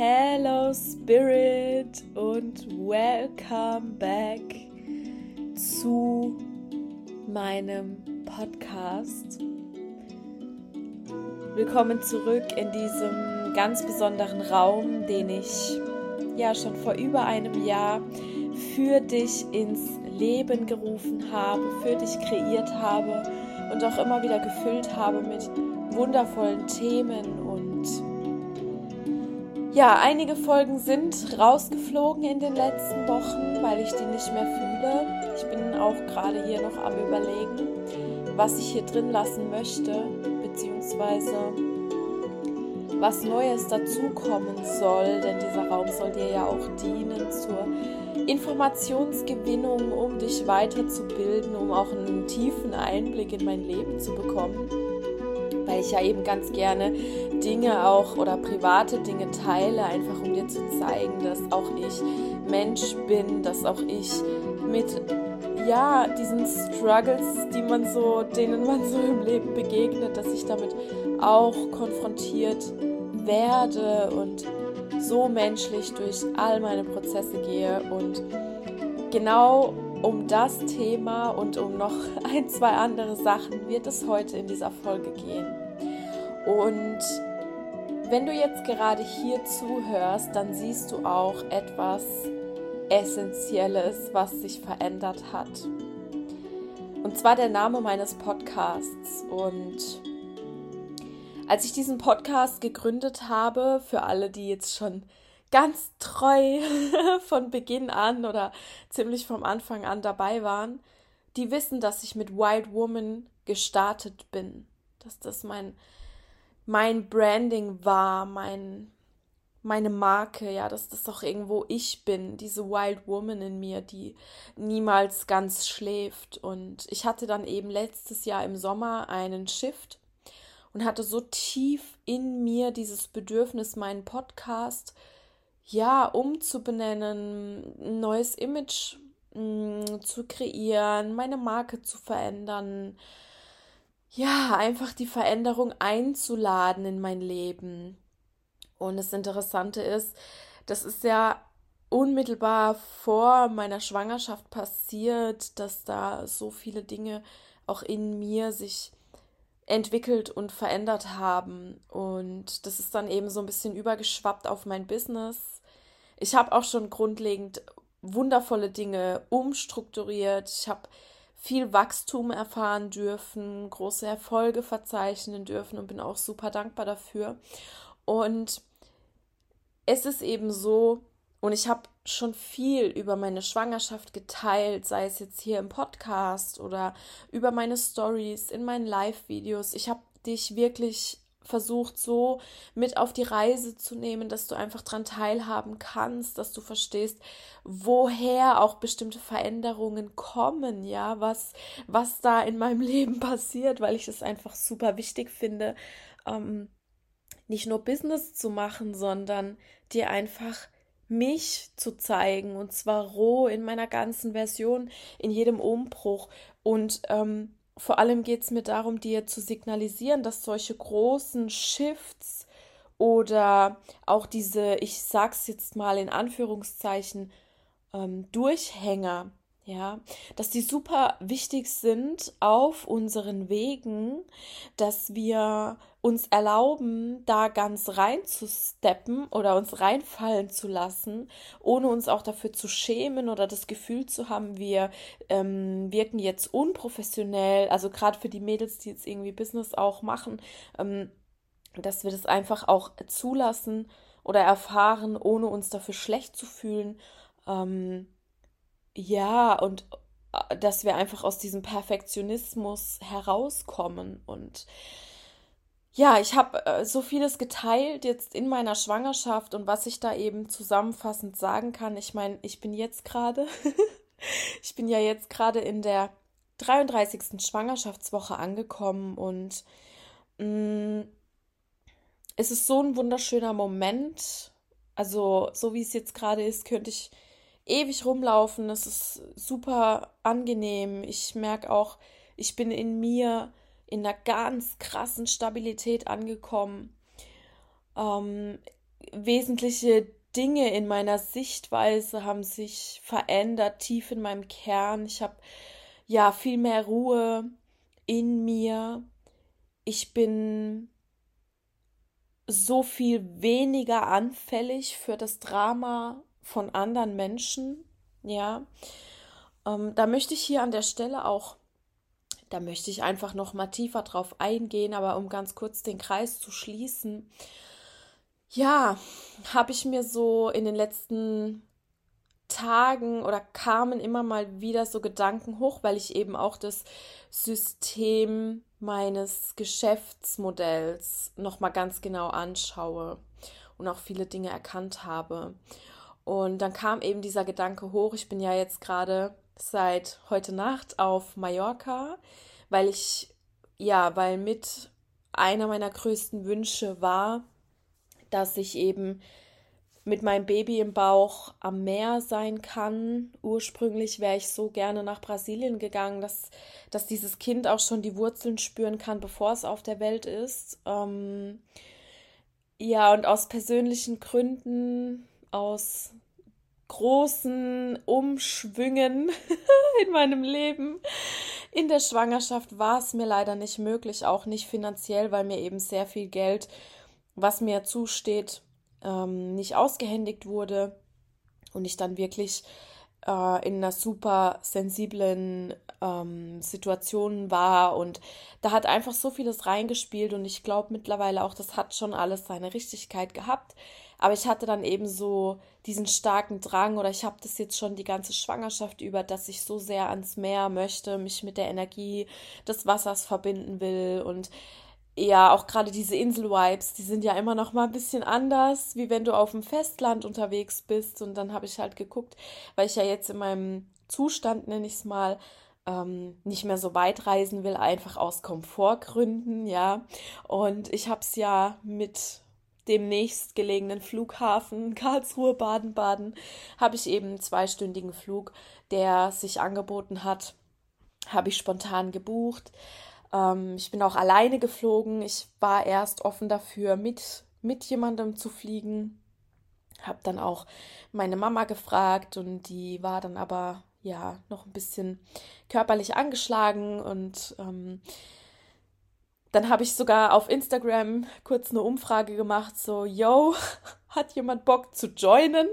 Hello Spirit und welcome back zu meinem Podcast. Willkommen zurück in diesem ganz besonderen Raum, den ich ja schon vor über einem Jahr für dich ins Leben gerufen habe, für dich kreiert habe und auch immer wieder gefüllt habe mit wundervollen Themen. Und ja, einige Folgen sind rausgeflogen in den letzten Wochen, weil ich die nicht mehr fühle. Ich bin auch gerade hier noch am Überlegen, was ich hier drin lassen möchte, beziehungsweise was Neues dazukommen soll, denn dieser Raum soll dir ja auch dienen zur Informationsgewinnung, um dich weiterzubilden, um auch einen tiefen Einblick in mein Leben zu bekommen, weil ich ja eben ganz gerne Dinge auch oder private Dinge teile, einfach um dir zu zeigen, dass auch ich Mensch bin, dass auch ich mit diesen Struggles, denen man so im Leben begegnet, dass ich damit auch konfrontiert werde und so menschlich durch all meine Prozesse gehe. Und genau um das Thema und um noch ein, zwei andere Sachen wird es heute in dieser Folge gehen. Und wenn du jetzt gerade hier zuhörst, dann siehst du auch etwas Essentielles, was sich verändert hat. Und zwar der Name meines Podcasts. Und als ich diesen Podcast gegründet habe, für alle, die jetzt schon ganz treu von Beginn an oder ziemlich vom Anfang an dabei waren, die wissen, dass ich mit Wild Woman gestartet bin. Dass das mein Branding war, meine Marke, ja, dass das auch irgendwo ich bin, diese Wild Woman in mir, die niemals ganz schläft. Und ich hatte dann eben letztes Jahr im Sommer einen Shift und hatte so tief in mir dieses Bedürfnis, meinen Podcast umzubenennen, ein neues Image zu kreieren, meine Marke zu verändern, einfach die Veränderung einzuladen in mein Leben. Und das Interessante ist, das ist ja unmittelbar vor meiner Schwangerschaft passiert, dass da so viele Dinge auch in mir sich entwickelt und verändert haben. Und das ist dann eben so ein bisschen übergeschwappt auf mein Business. Ich habe auch schon grundlegend wundervolle Dinge umstrukturiert. Ich habe viel Wachstum erfahren dürfen, große Erfolge verzeichnen dürfen und bin auch super dankbar dafür. Und es ist eben so, und ich habe schon viel über meine Schwangerschaft geteilt, sei es jetzt hier im Podcast oder über meine Stories, in meinen Live-Videos. Ich habe dich wirklich versucht, so mit auf die Reise zu nehmen, dass du einfach dran teilhaben kannst, dass du verstehst, woher auch bestimmte Veränderungen kommen, ja, was da in meinem Leben passiert, weil ich es einfach super wichtig finde, nicht nur Business zu machen, sondern dir einfach mich zu zeigen, und zwar roh in meiner ganzen Version, in jedem Umbruch. Und vor allem geht es mir darum, dir zu signalisieren, dass solche großen Shifts oder auch diese, ich sag's jetzt mal in Anführungszeichen, Durchhänger, dass die super wichtig sind auf unseren Wegen, dass wir uns erlauben, da ganz rein zu steppen oder uns reinfallen zu lassen, ohne uns auch dafür zu schämen oder das Gefühl zu haben, wir wirken jetzt unprofessionell, also gerade für die Mädels, die jetzt irgendwie Business auch machen, dass wir das einfach auch zulassen oder erfahren, ohne uns dafür schlecht zu fühlen. Und dass wir einfach aus diesem Perfektionismus herauskommen. Und ja, ich habe so vieles geteilt jetzt in meiner Schwangerschaft und was ich da eben zusammenfassend sagen kann. Ich meine, ich bin ja jetzt gerade in der 33. Schwangerschaftswoche angekommen und es ist so ein wunderschöner Moment. Also, so wie es jetzt gerade ist, könnte ich ewig rumlaufen. Es ist super angenehm. Ich merke auch, ich bin in mir in einer ganz krassen Stabilität angekommen. wesentliche Dinge in meiner Sichtweise haben sich verändert, tief in meinem Kern. Ich habe ja viel mehr Ruhe in mir. Ich bin so viel weniger anfällig für das Drama von anderen Menschen. Ja, da möchte ich hier an der Stelle auch, da möchte ich einfach noch mal tiefer drauf eingehen, aber um ganz kurz den Kreis zu schließen, ja, habe ich mir so in den letzten Tagen oder kamen immer mal wieder so Gedanken hoch, weil ich eben auch das System meines Geschäftsmodells noch mal ganz genau anschaue und auch viele Dinge erkannt habe. Und dann kam eben dieser Gedanke hoch, ich bin ja jetzt gerade seit heute Nacht auf Mallorca, weil weil mit einer meiner größten Wünsche war, dass ich eben mit meinem Baby im Bauch am Meer sein kann. Ursprünglich wäre ich so gerne nach Brasilien gegangen, dass dieses Kind auch schon die Wurzeln spüren kann, bevor es auf der Welt ist. Ja, und aus persönlichen Gründen, aus großen Umschwüngen in meinem Leben, in der Schwangerschaft war es mir leider nicht möglich, auch nicht finanziell, weil mir eben sehr viel Geld, was mir zusteht, nicht ausgehändigt wurde und ich dann wirklich in einer super sensiblen Situation war und da hat einfach so vieles reingespielt und ich glaube mittlerweile auch, das hat schon alles seine Richtigkeit gehabt, aber ich hatte dann eben so diesen starken Drang oder ich habe das jetzt schon die ganze Schwangerschaft über, dass ich so sehr ans Meer möchte, mich mit der Energie des Wassers verbinden will und ja, auch gerade diese Insel-Vibes, die sind ja immer noch mal ein bisschen anders, wie wenn du auf dem Festland unterwegs bist. Und dann habe ich halt geguckt, weil ich ja jetzt in meinem Zustand, nenne ich es mal, nicht mehr so weit reisen will, einfach aus Komfortgründen, ja. Und ich habe es ja mit dem nächstgelegenen Flughafen Karlsruhe, Baden-Baden, habe ich eben einen zweistündigen Flug, der sich angeboten hat, habe ich spontan gebucht. Ich bin auch alleine geflogen. Ich war erst offen dafür, mit jemandem zu fliegen. Habe dann auch meine Mama gefragt und die war dann aber ja noch ein bisschen körperlich angeschlagen und dann habe ich sogar auf Instagram kurz eine Umfrage gemacht, so, yo, hat jemand Bock zu joinen?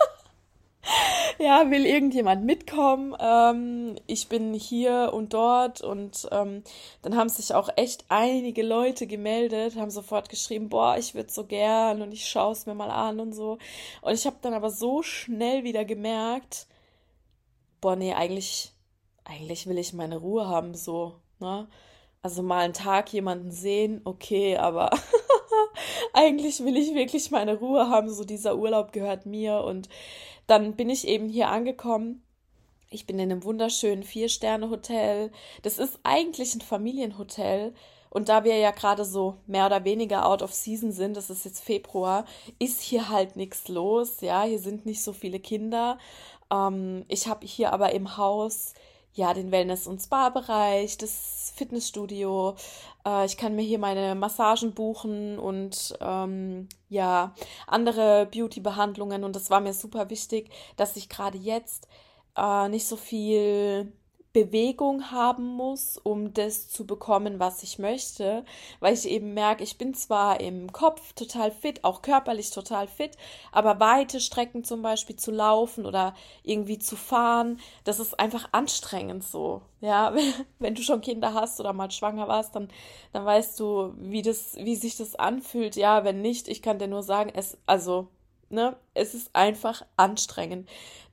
Ja, will irgendjemand mitkommen? Ich bin hier und dort und dann haben sich auch echt einige Leute gemeldet, haben sofort geschrieben, boah, ich würde so gern und ich schaue es mir mal an und so. Und ich habe dann aber so schnell wieder gemerkt, boah, nee, eigentlich will ich meine Ruhe haben, so, ne? Also mal einen Tag jemanden sehen, okay, aber eigentlich will ich wirklich meine Ruhe haben, so dieser Urlaub gehört mir und dann bin ich eben hier angekommen. Ich bin in einem wunderschönen Vier-Sterne-Hotel. Das ist eigentlich ein Familienhotel. Und da wir ja gerade so mehr oder weniger out of season sind, das ist jetzt Februar, ist hier halt nichts los. Ja, hier sind nicht so viele Kinder. Ich habe hier aber im Haus ja den Wellness- und Spa-Bereich, das Fitnessstudio. Ich kann mir hier meine Massagen buchen und ja, andere Beauty-Behandlungen. Und das war mir super wichtig, dass ich gerade jetzt nicht so viel Bewegung haben muss, um das zu bekommen, was ich möchte, weil ich eben merke, ich bin zwar im Kopf total fit, auch körperlich total fit, aber weite Strecken zum Beispiel zu laufen oder irgendwie zu fahren, das ist einfach anstrengend so. Ja, wenn du schon Kinder hast oder mal schwanger warst, dann weißt du, wie sich das anfühlt. Ja, wenn nicht, ich kann dir nur sagen, es ist einfach anstrengend.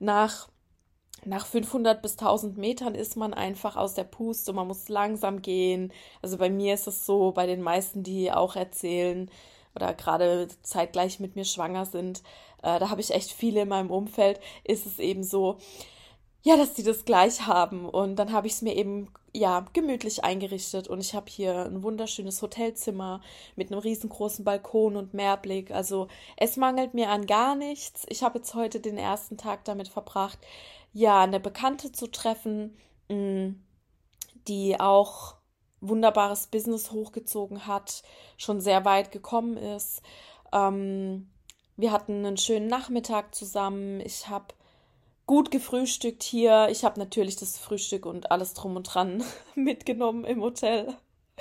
Nach 500 bis 1000 Metern ist man einfach aus der Puste, man muss langsam gehen. Also bei mir ist es so, bei den meisten, die auch erzählen oder gerade zeitgleich mit mir schwanger sind, da habe ich echt viele in meinem Umfeld, ist es eben so, ja, dass die das gleich haben. Und dann habe ich es mir eben, ja, gemütlich eingerichtet. Und ich habe hier ein wunderschönes Hotelzimmer mit einem riesengroßen Balkon und Meerblick. Also es mangelt mir an gar nichts. Ich habe jetzt heute den ersten Tag damit verbracht, ja, eine Bekannte zu treffen, die auch wunderbares Business hochgezogen hat, schon sehr weit gekommen ist. Ähm, Wir hatten einen schönen Nachmittag zusammen. Ich habe gut gefrühstückt hier. Ich habe natürlich das Frühstück und alles drum und dran mitgenommen im Hotel.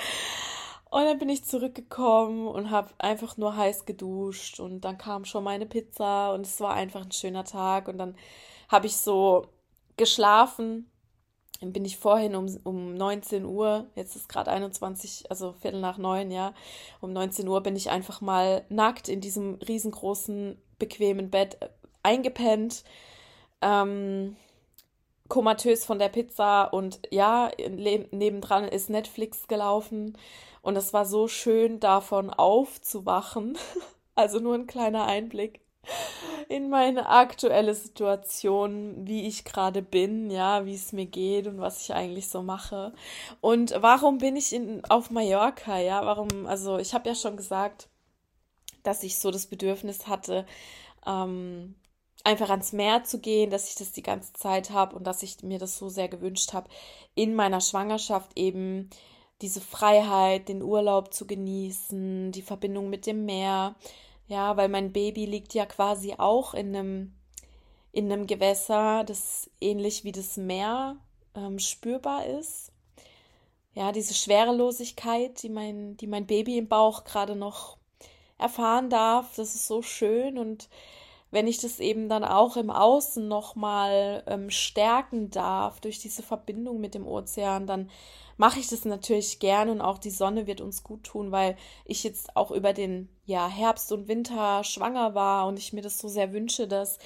Und dann bin ich zurückgekommen und habe einfach nur heiß geduscht und dann kam schon meine Pizza und es war einfach ein schöner Tag und dann habe ich so geschlafen. Dann bin ich vorhin um 19 Uhr, jetzt ist gerade 21, also Viertel nach 9, ja, um 19 Uhr bin ich einfach mal nackt in diesem riesengroßen, bequemen Bett eingepennt, ähm, komatös von der Pizza und ja, nebendran ist Netflix gelaufen und es war so schön, davon aufzuwachen. Also nur ein kleiner Einblick in meine aktuelle Situation, wie ich gerade bin, ja, wie es mir geht und was ich eigentlich so mache. Und warum bin ich auf Mallorca, ja, also ich habe ja schon gesagt, dass ich so das Bedürfnis hatte, ähm, einfach ans Meer zu gehen, dass ich das die ganze Zeit habe und dass ich mir das so sehr gewünscht habe, in meiner Schwangerschaft eben diese Freiheit, den Urlaub zu genießen, die Verbindung mit dem Meer. Ja, weil mein Baby liegt ja quasi auch in einem Gewässer, das ähnlich wie das Meer spürbar ist. Ja, diese Schwerelosigkeit, die mein Baby im Bauch gerade noch erfahren darf, das ist so schön. Und wenn ich das eben dann auch im Außen nochmal stärken darf durch diese Verbindung mit dem Ozean, dann mache ich das natürlich gern und auch die Sonne wird uns gut tun, weil ich jetzt auch über den Herbst und Winter schwanger war und ich mir das so sehr wünsche, dass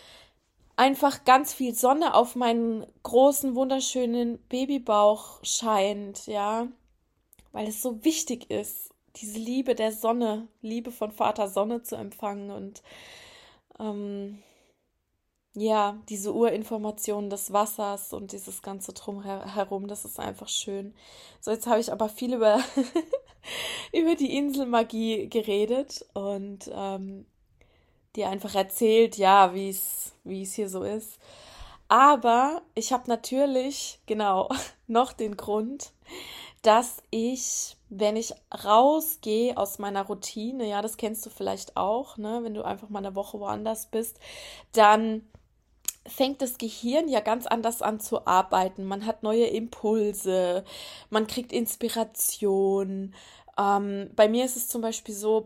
einfach ganz viel Sonne auf meinen großen, wunderschönen Babybauch scheint, ja, weil es so wichtig ist, diese Liebe der Sonne, Liebe von Vater Sonne zu empfangen und ähm, ja, diese Urinformation des Wassers und dieses ganze Drumherum, das ist einfach schön. So, jetzt habe ich aber viel über die Inselmagie geredet und dir einfach erzählt, ja, wie es hier so ist. Aber ich habe natürlich, genau, noch den Grund, dass ich, wenn ich rausgehe aus meiner Routine, ja, das kennst du vielleicht auch, ne, wenn du einfach mal eine Woche woanders bist, dann fängt das Gehirn ja ganz anders an zu arbeiten. Man hat neue Impulse, man kriegt Inspiration. Bei mir ist es zum Beispiel so,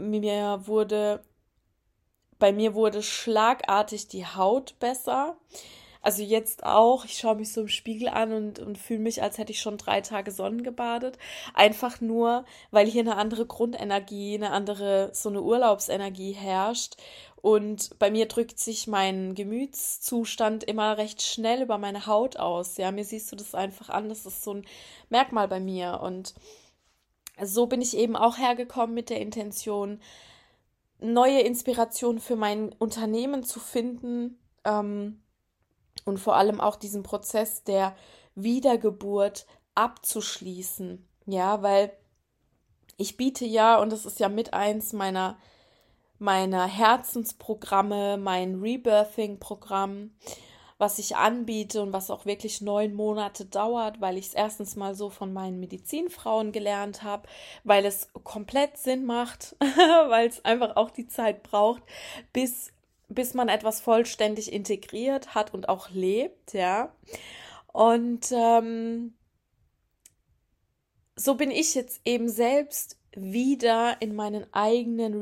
bei mir wurde schlagartig die Haut besser. Also jetzt auch, ich schaue mich so im Spiegel an und fühle mich, als hätte ich schon 3 Tage Sonnengebadet. Einfach nur, weil hier eine andere Grundenergie, eine andere, so eine Urlaubsenergie herrscht. Und bei mir drückt sich mein Gemütszustand immer recht schnell über meine Haut aus. Ja, mir siehst du das einfach an, das ist so ein Merkmal bei mir. Und so bin ich eben auch hergekommen mit der Intention, neue Inspirationen für mein Unternehmen zu finden, und vor allem auch diesen Prozess der Wiedergeburt abzuschließen. Ja, weil ich biete ja, und das ist ja mit eins meiner Herzensprogramme, mein Rebirthing-Programm, was ich anbiete und was auch wirklich 9 Monate dauert, weil ich es erstens mal so von meinen Medizinfrauen gelernt habe, weil es komplett Sinn macht, weil es einfach auch die Zeit braucht, bis man etwas vollständig integriert hat und auch lebt, ja. Und so bin ich jetzt eben selbst wieder in meinen eigenen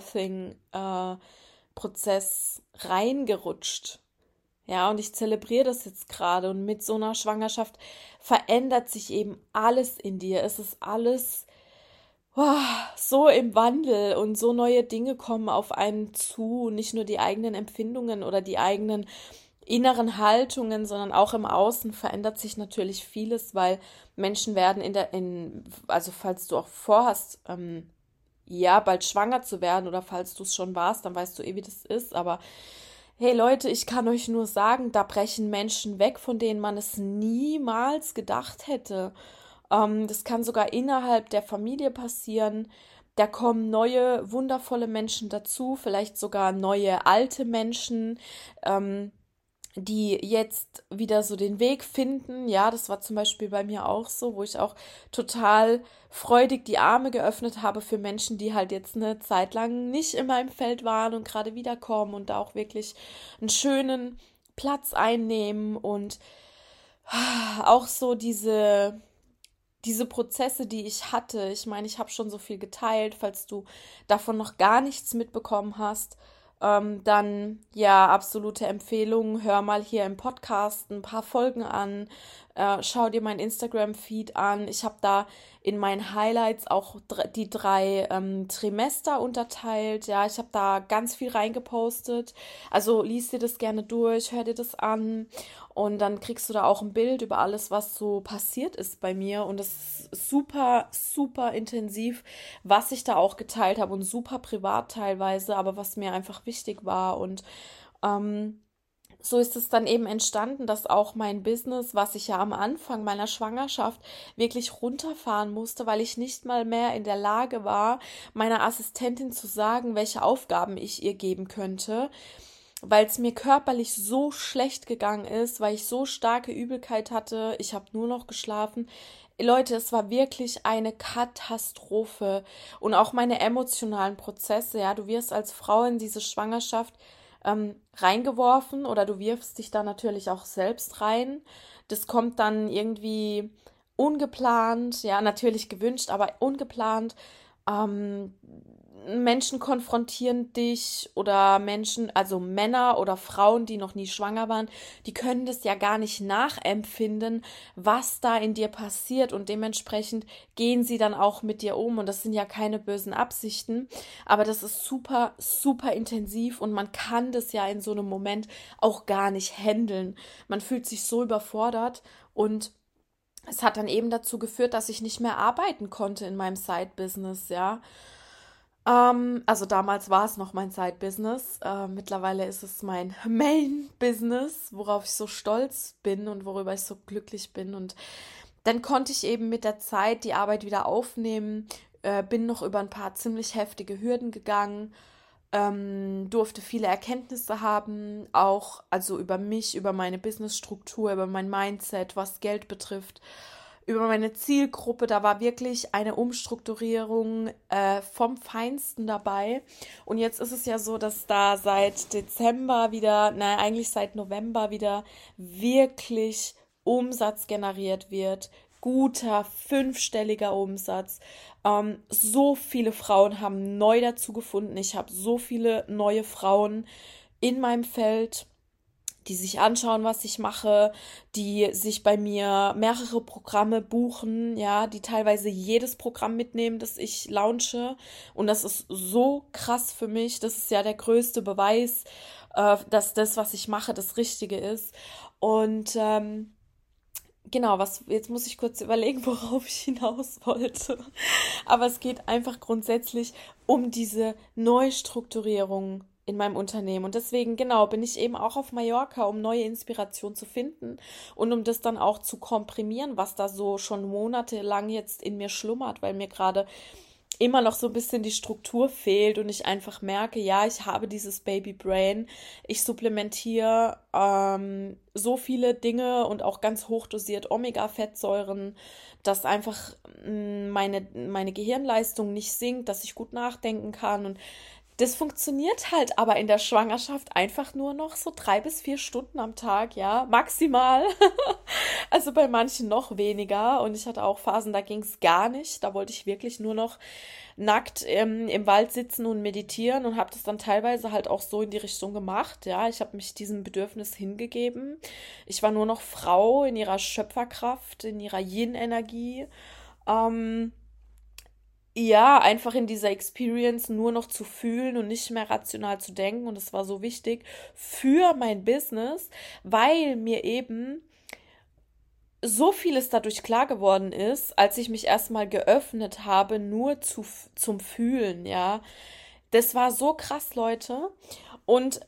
Rebirthing-Prozess reingerutscht. Ja, und ich zelebriere das jetzt gerade und mit so einer Schwangerschaft verändert sich eben alles in dir. Es ist alles so im Wandel und so neue Dinge kommen auf einen zu. Nicht nur die eigenen Empfindungen oder die eigenen inneren Haltungen, sondern auch im Außen verändert sich natürlich vieles, weil Menschen werden also falls du auch vorhast, ja, bald schwanger zu werden oder falls du es schon warst, dann weißt du eh, wie das ist, aber hey Leute, ich kann euch nur sagen, da brechen Menschen weg, von denen man es niemals gedacht hätte. Das kann sogar innerhalb der Familie passieren. Da kommen neue, wundervolle Menschen dazu, vielleicht sogar neue, alte Menschen, ähm, die jetzt wieder so den Weg finden. Ja, das war zum Beispiel bei mir auch so, wo ich auch total freudig die Arme geöffnet habe für Menschen, die halt jetzt eine Zeit lang nicht in meinem Feld waren und gerade wiederkommen und da auch wirklich einen schönen Platz einnehmen und auch so diese Prozesse, die ich hatte. Ich meine, ich habe schon so viel geteilt, falls du davon noch gar nichts mitbekommen hast. Dann ja, absolute Empfehlung. Hör mal hier im Podcast ein paar Folgen an. Schau dir mein Instagram-Feed an. Ich habe da in meinen Highlights auch die 3 Trimester unterteilt. Ja, ich habe da ganz viel reingepostet. Also lies dir das gerne durch, hör dir das an. Und dann kriegst du da auch ein Bild über alles, was so passiert ist bei mir. Und das ist super, super intensiv, was ich da auch geteilt habe und super privat teilweise, aber was mir einfach wichtig war. Und ähm, so ist es dann eben entstanden, dass auch mein Business, was ich ja am Anfang meiner Schwangerschaft wirklich runterfahren musste, weil ich nicht mal mehr in der Lage war, meiner Assistentin zu sagen, welche Aufgaben ich ihr geben könnte, weil es mir körperlich so schlecht gegangen ist, weil ich so starke Übelkeit hatte. Ich habe nur noch geschlafen. Leute, es war wirklich eine Katastrophe. Und auch meine emotionalen Prozesse, ja, du wirst als Frau in diese Schwangerschaft reingeworfen oder du wirfst dich da natürlich auch selbst rein. Das kommt dann irgendwie ungeplant, ja, natürlich gewünscht, aber ungeplant. Ähm, Menschen konfrontieren dich oder Menschen, also Männer oder Frauen, die noch nie schwanger waren, die können das ja gar nicht nachempfinden, was da in dir passiert und dementsprechend gehen sie dann auch mit dir um und das sind ja keine bösen Absichten, aber das ist super, super intensiv und man kann das ja in so einem Moment auch gar nicht handeln. Man fühlt sich so überfordert und es hat dann eben dazu geführt, dass ich nicht mehr arbeiten konnte in meinem Side-Business, ja. Also damals war es noch mein Side-Business. Mittlerweile ist es mein Main-Business, worauf ich so stolz bin und worüber ich so glücklich bin. Und dann konnte ich eben mit der Zeit die Arbeit wieder aufnehmen, bin noch über ein paar ziemlich heftige Hürden gegangen, durfte viele Erkenntnisse haben, auch also über mich, über meine Businessstruktur, über mein Mindset, was Geld betrifft, über meine Zielgruppe. Da war wirklich eine Umstrukturierung vom Feinsten dabei. Und jetzt ist es ja so, dass da seit Dezember wieder, nein, eigentlich seit November wieder wirklich Umsatz generiert wird. Guter, fünfstelliger Umsatz. So viele Frauen haben neu dazu gefunden. Ich habe so viele neue Frauen in meinem Feld, die sich anschauen, was ich mache, die sich bei mir mehrere Programme buchen, ja, die teilweise jedes Programm mitnehmen, das ich launche. Und das ist so krass für mich. Das ist ja der größte Beweis, dass das, was ich mache, das Richtige ist. Und genau, jetzt muss ich kurz überlegen, worauf ich hinaus wollte. Aber es geht einfach grundsätzlich um diese Neustrukturierung in meinem Unternehmen. Und deswegen, genau, bin ich eben auch auf Mallorca, um neue Inspiration zu finden und um das dann auch zu komprimieren, was da so schon monatelang jetzt in mir schlummert, weil mir gerade immer noch so ein bisschen die Struktur fehlt und ich einfach merke, ja, ich habe dieses Baby Brain, ich supplementiere so viele Dinge und auch ganz hochdosiert Omega-Fettsäuren, dass einfach meine Gehirnleistung nicht sinkt, dass ich gut nachdenken kann und das funktioniert halt aber in der Schwangerschaft einfach nur noch so 3 bis 4 Stunden am Tag, ja, maximal. Also bei manchen noch weniger. Und ich hatte auch Phasen, da ging es gar nicht. Da wollte ich wirklich nur noch nackt im Wald sitzen und meditieren und habe das dann teilweise halt auch so in die Richtung gemacht. Ja, ich habe mich diesem Bedürfnis hingegeben. Ich war nur noch Frau in ihrer Schöpferkraft, in ihrer Yin-Energie. Ähm, ja, einfach in dieser Experience nur noch zu fühlen und nicht mehr rational zu denken. Und das war so wichtig für mein Business, weil mir eben so vieles dadurch klar geworden ist, als ich mich erstmal geöffnet habe, nur zum Fühlen, ja. Das war so krass, Leute. Und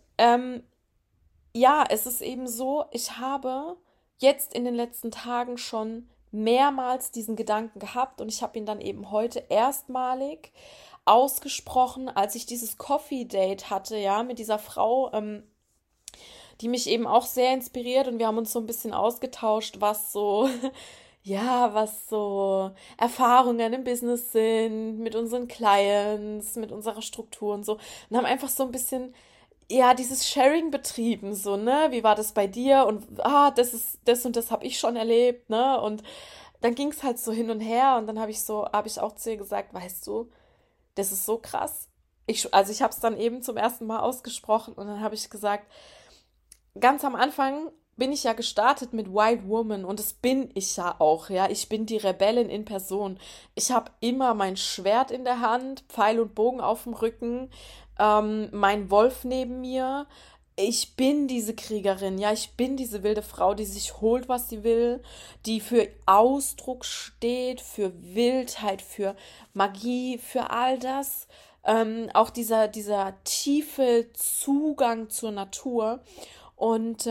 ja, es ist eben so, ich habe jetzt in den letzten Tagen schon mehrmals diesen Gedanken gehabt und ich habe ihn dann eben heute erstmalig ausgesprochen, als ich dieses Coffee Date hatte, ja, mit dieser Frau, die mich eben auch sehr inspiriert und wir haben uns so ein bisschen ausgetauscht, was so, ja, was so Erfahrungen im Business sind, mit unseren Clients, mit unserer Struktur und so und haben einfach so ein bisschen ja, dieses Sharing betrieben, so, ne? Wie war das bei dir? Und das ist das und das habe ich schon erlebt, ne? Und dann ging es halt so hin und her und dann habe ich auch zu ihr gesagt, weißt du, das ist so krass. Also ich habe es dann eben zum ersten Mal ausgesprochen und dann habe ich gesagt, ganz am Anfang bin ich ja gestartet mit Wild Woman und das bin ich ja auch, ja. Ich bin die Rebellin in Person. Ich habe immer mein Schwert in der Hand, Pfeil und Bogen auf dem Rücken, mein Wolf neben mir. Ich bin diese Kriegerin, ja, ich bin diese wilde Frau, die sich holt, was sie will, die für Ausdruck steht, für Wildheit, für Magie, für all das. Auch dieser tiefe Zugang zur Natur. Und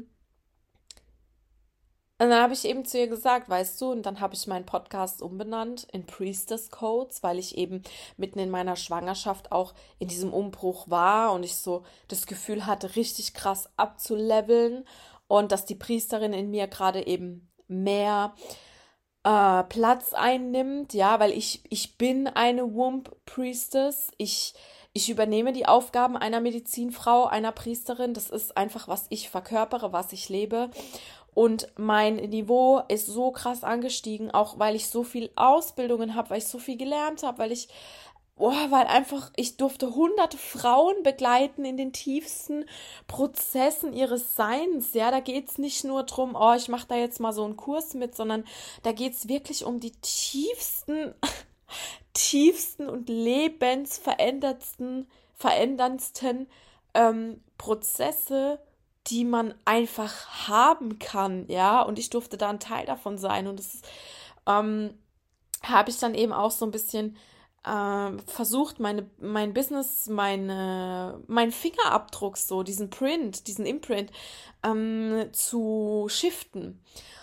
und dann habe ich eben zu ihr gesagt, weißt du, und dann habe ich meinen Podcast umbenannt in Priestess Codes, weil ich eben mitten in meiner Schwangerschaft auch in diesem Umbruch war und ich so das Gefühl hatte, richtig krass abzuleveln und dass die Priesterin in mir gerade eben mehr Platz einnimmt, ja, weil ich bin eine Womb Priestess. Ich übernehme die Aufgaben einer Medizinfrau, einer Priesterin. Das ist einfach, was ich verkörpere, was ich lebe. Und mein Niveau ist so krass angestiegen, auch weil ich so viel Ausbildungen habe, weil ich so viel gelernt habe, weil einfach ich durfte hunderte Frauen begleiten in den tiefsten Prozessen ihres Seins. Ja, da geht's nicht nur drum, oh, ich mache da jetzt mal so einen Kurs mit, sondern da geht's wirklich um die tiefsten und veränderndsten Prozesse, die man einfach haben kann, ja, und ich durfte da ein Teil davon sein und das ähm, habe ich dann eben auch so ein bisschen versucht, mein Business, mein Fingerabdruck, so diesen Imprint zu shiften.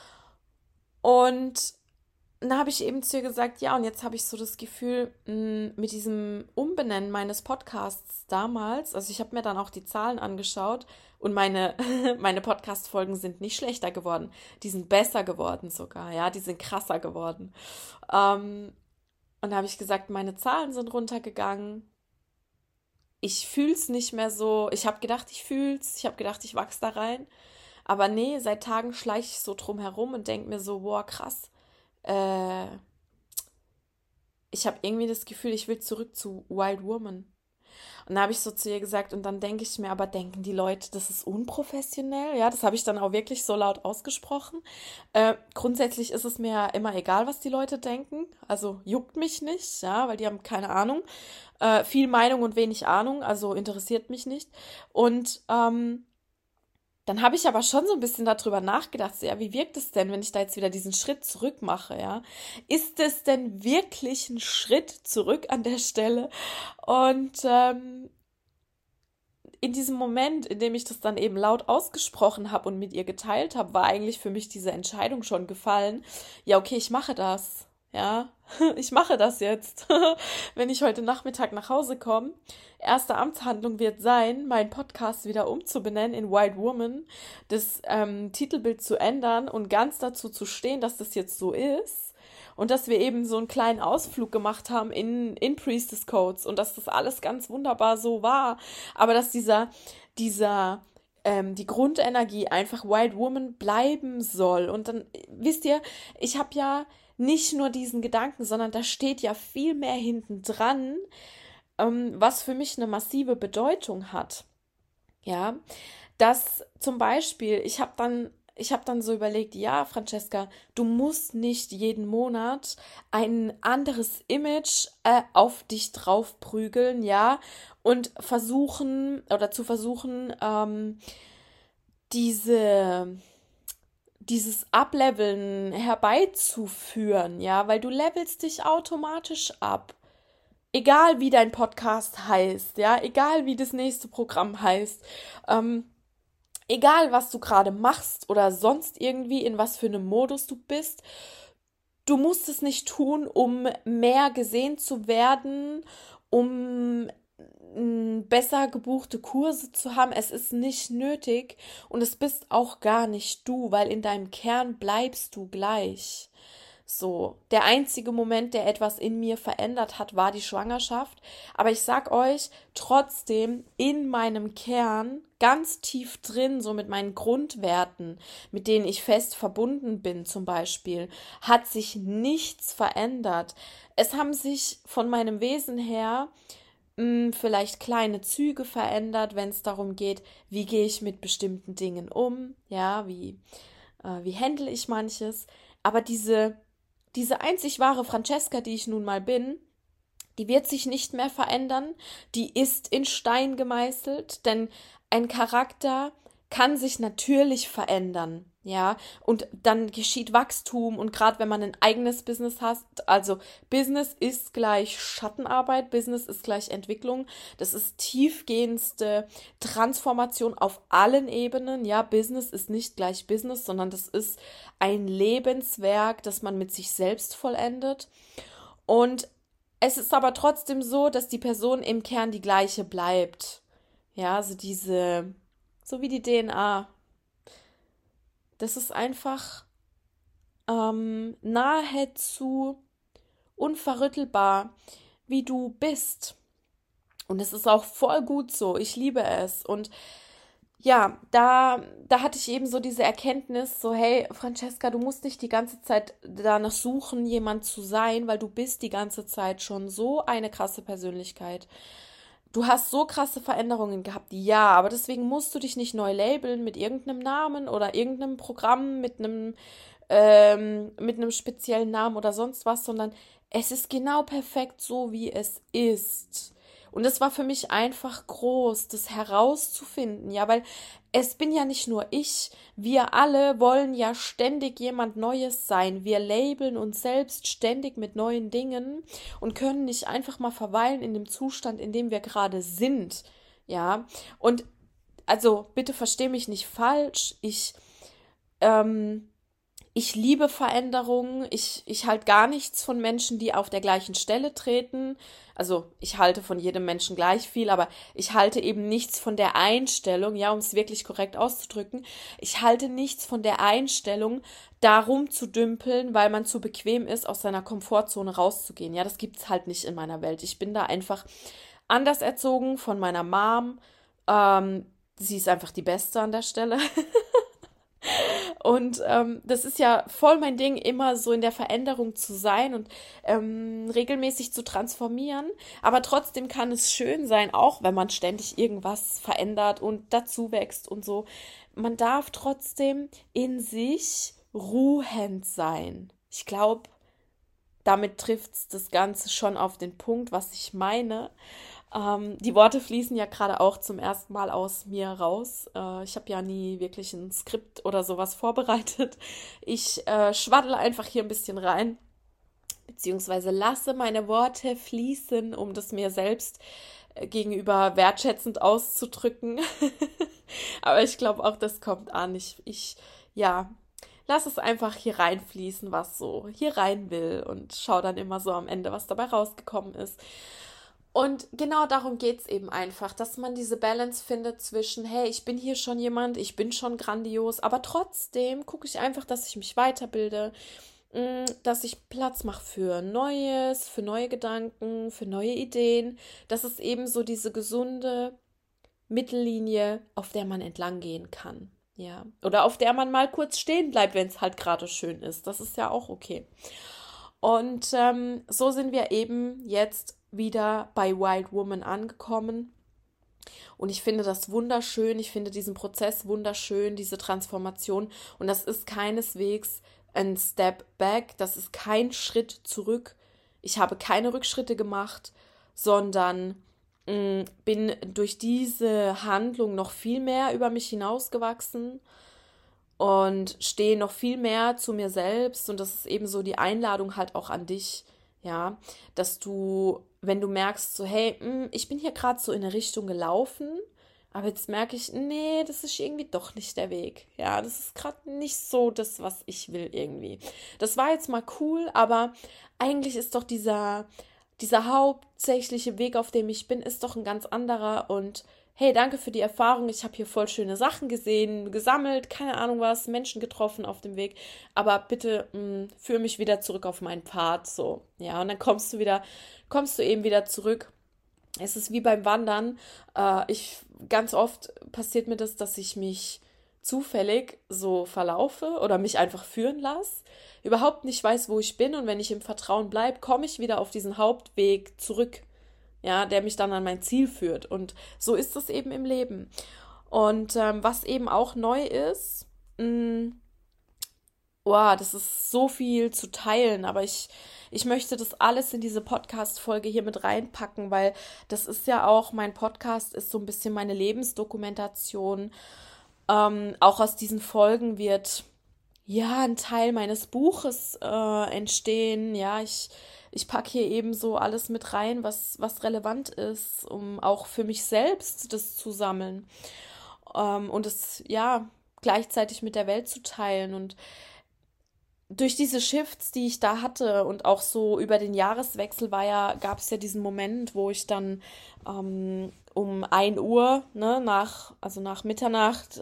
Und dann habe ich eben zu ihr gesagt, ja, und jetzt habe ich so das Gefühl, mit diesem Umbenennen meines Podcasts damals, also ich habe mir dann auch die Zahlen angeschaut und meine Podcast-Folgen sind nicht schlechter geworden, die sind besser geworden sogar, ja, die sind krasser geworden. Ähm, und da habe ich gesagt, meine Zahlen sind runtergegangen, ich fühle es nicht mehr so, ich habe gedacht, ich habe gedacht, ich wachse da rein, aber nee, seit Tagen schleiche ich so drum herum und denke mir so, boah, krass, äh, ich habe irgendwie das Gefühl, ich will zurück zu Wild Woman. Und da habe ich so zu ihr gesagt, und dann denke ich mir, aber denken die Leute, das ist unprofessionell? Ja, das habe ich dann auch wirklich so laut ausgesprochen. Grundsätzlich ist es mir ja immer egal, was die Leute denken. Also juckt mich nicht, ja, weil die haben keine Ahnung. Viel Meinung und wenig Ahnung, also interessiert mich nicht. Und dann habe ich aber schon so ein bisschen darüber nachgedacht, so, ja, wie wirkt es denn, wenn ich da jetzt wieder diesen Schritt zurück mache, ja? Ist es denn wirklich ein Schritt zurück an der Stelle? Und in diesem Moment, in dem ich das dann eben laut ausgesprochen habe und mit ihr geteilt habe, war eigentlich für mich diese Entscheidung schon gefallen. Ja, okay, ich mache das. Ja, ich mache das jetzt. Wenn ich heute Nachmittag nach Hause komme, erste Amtshandlung wird sein, meinen Podcast wieder umzubenennen in White Woman, das Titelbild zu ändern und ganz dazu zu stehen, dass das jetzt so ist. Und dass wir eben so einen kleinen Ausflug gemacht haben in Priestess Codes und dass das alles ganz wunderbar so war. Aber dass die Grundenergie einfach White Woman bleiben soll. Und dann, wisst ihr, ich habe ja nicht nur diesen Gedanken, sondern da steht ja viel mehr hinten dran, was für mich eine massive Bedeutung hat. Ja, dass zum Beispiel, ich habe dann so überlegt, ja, Francesca, du musst nicht jeden Monat ein anderes Image auf dich drauf prügeln, ja, und versuchen, diese, dieses Ableveln herbeizuführen, ja, weil du levelst dich automatisch ab. Egal wie dein Podcast heißt, ja, egal wie das nächste Programm heißt, ähm, egal was du gerade machst oder sonst irgendwie in was für einem Modus du bist, du musst es nicht tun, um mehr gesehen zu werden, um besser gebuchte Kurse zu haben. Es ist nicht nötig und es bist auch gar nicht du, weil in deinem Kern bleibst du gleich. So, der einzige Moment, der etwas in mir verändert hat, war die Schwangerschaft. Aber ich sag euch, trotzdem in meinem Kern, ganz tief drin, so mit meinen Grundwerten, mit denen ich fest verbunden bin zum Beispiel, hat sich nichts verändert. Es haben sich von meinem Wesen her vielleicht kleine Züge verändert, wenn es darum geht, wie gehe ich mit bestimmten Dingen um, ja, wie handle ich manches. Aber diese einzig wahre Francesca, die ich nun mal bin, die wird sich nicht mehr verändern, die ist in Stein gemeißelt, denn ein Charakter kann sich natürlich verändern, ja, und dann geschieht Wachstum und gerade wenn man ein eigenes Business hat, also Business ist gleich Schattenarbeit, Business ist gleich Entwicklung, das ist tiefgehendste Transformation auf allen Ebenen, ja, Business ist nicht gleich Business, sondern das ist ein Lebenswerk, das man mit sich selbst vollendet und es ist aber trotzdem so, dass die Person im Kern die gleiche bleibt. Ja, also so wie die DNA. Das ist einfach nahezu unverrüttelbar, wie du bist. Und es ist auch voll gut so. Ich liebe es. Und ja, da hatte ich eben so diese Erkenntnis, so, hey, Francesca, du musst nicht die ganze Zeit danach suchen, jemand zu sein, weil du bist die ganze Zeit schon so eine krasse Persönlichkeit. Du hast so krasse Veränderungen gehabt, ja, aber deswegen musst du dich nicht neu labeln mit irgendeinem Namen oder irgendeinem Programm mit einem speziellen Namen oder sonst was, sondern es ist genau perfekt so, wie es ist. Und es war für mich einfach groß, das herauszufinden, ja, weil es bin ja nicht nur ich, wir alle wollen ja ständig jemand Neues sein. Wir labeln uns selbst ständig mit neuen Dingen und können nicht einfach mal verweilen in dem Zustand, in dem wir gerade sind, ja. Und also bitte versteh mich nicht falsch, ähm, ich liebe Veränderungen. Ich halte gar nichts von Menschen, die auf der gleichen Stelle treten. Also ich halte von jedem Menschen gleich viel, aber ich halte eben nichts von der Einstellung, ja, um es wirklich korrekt auszudrücken. Ich halte nichts von der Einstellung, darum zu dümpeln, weil man zu bequem ist, aus seiner Komfortzone rauszugehen. Ja, das gibt's halt nicht in meiner Welt. Ich bin da einfach anders erzogen von meiner Mom. Sie ist einfach die Beste an der Stelle. Und das ist ja voll mein Ding, immer so in der Veränderung zu sein und regelmäßig zu transformieren. Aber trotzdem kann es schön sein, auch wenn man ständig irgendwas verändert und dazu wächst und so. Man darf trotzdem in sich ruhend sein. Ich glaube, damit trifft es das Ganze schon auf den Punkt, was ich meine. Die Worte fließen ja gerade auch zum ersten Mal aus mir raus. Ich habe ja nie wirklich ein Skript oder sowas vorbereitet. Ich schwaddle einfach hier ein bisschen rein, beziehungsweise lasse meine Worte fließen, um das mir selbst gegenüber wertschätzend auszudrücken. Aber ich glaube auch, das kommt an. Ja, lass es einfach hier reinfließen, was so hier rein will und schau dann immer so am Ende, was dabei rausgekommen ist. Und genau darum geht es eben einfach, dass man diese Balance findet zwischen, hey, ich bin hier schon jemand, ich bin schon grandios, aber trotzdem gucke ich einfach, dass ich mich weiterbilde, dass ich Platz mache für Neues, für neue Gedanken, für neue Ideen. Das ist eben so diese gesunde Mittellinie, auf der man entlang gehen kann. Ja, oder auf der man mal kurz stehen bleibt, wenn es halt gerade schön ist. Das ist ja auch okay. Und so sind wir eben jetzt wieder bei Wild Woman angekommen. Und ich finde das wunderschön. Ich finde diesen Prozess wunderschön, diese Transformation. Und das ist keineswegs ein Step back. Das ist kein Schritt zurück. Ich habe keine Rückschritte gemacht, sondern bin durch diese Handlung noch viel mehr über mich hinausgewachsen und stehe noch viel mehr zu mir selbst und das ist eben so die Einladung halt auch an dich, ja, dass du, wenn du merkst, so hey, ich bin hier gerade so in eine Richtung gelaufen, aber jetzt merke ich, nee, das ist irgendwie doch nicht der Weg, ja, das ist gerade nicht so das, was ich will irgendwie. Das war jetzt mal cool, aber eigentlich ist doch dieser hauptsächliche Weg, auf dem ich bin, ist doch ein ganz anderer und hey, danke für die Erfahrung, ich habe hier voll schöne Sachen gesehen, gesammelt, keine Ahnung was, Menschen getroffen auf dem Weg, aber bitte führ mich wieder zurück auf meinen Pfad, so, ja, und dann kommst du eben wieder zurück. Es ist wie beim Wandern. Ganz oft passiert mir das, dass ich mich zufällig so verlaufe oder mich einfach führen lasse, überhaupt nicht weiß, wo ich bin und wenn ich im Vertrauen bleibe, komme ich wieder auf diesen Hauptweg zurück, ja, der mich dann an mein Ziel führt. Und so ist es eben im Leben. Und was eben auch neu ist, wow, das ist so viel zu teilen, aber ich möchte das alles in diese Podcast-Folge hier mit reinpacken, weil das ist ja auch, mein Podcast ist so ein bisschen meine Lebensdokumentation. Auch aus diesen Folgen wird ja ein Teil meines Buches entstehen. Ja, ich packe hier eben so alles mit rein, was relevant ist, um auch für mich selbst das zu sammeln und es ja gleichzeitig mit der Welt zu teilen. Und durch diese Shifts, die ich da hatte und auch so über den Jahreswechsel gab es ja diesen Moment, wo ich dann um 1 Uhr, ne, also nach Mitternacht,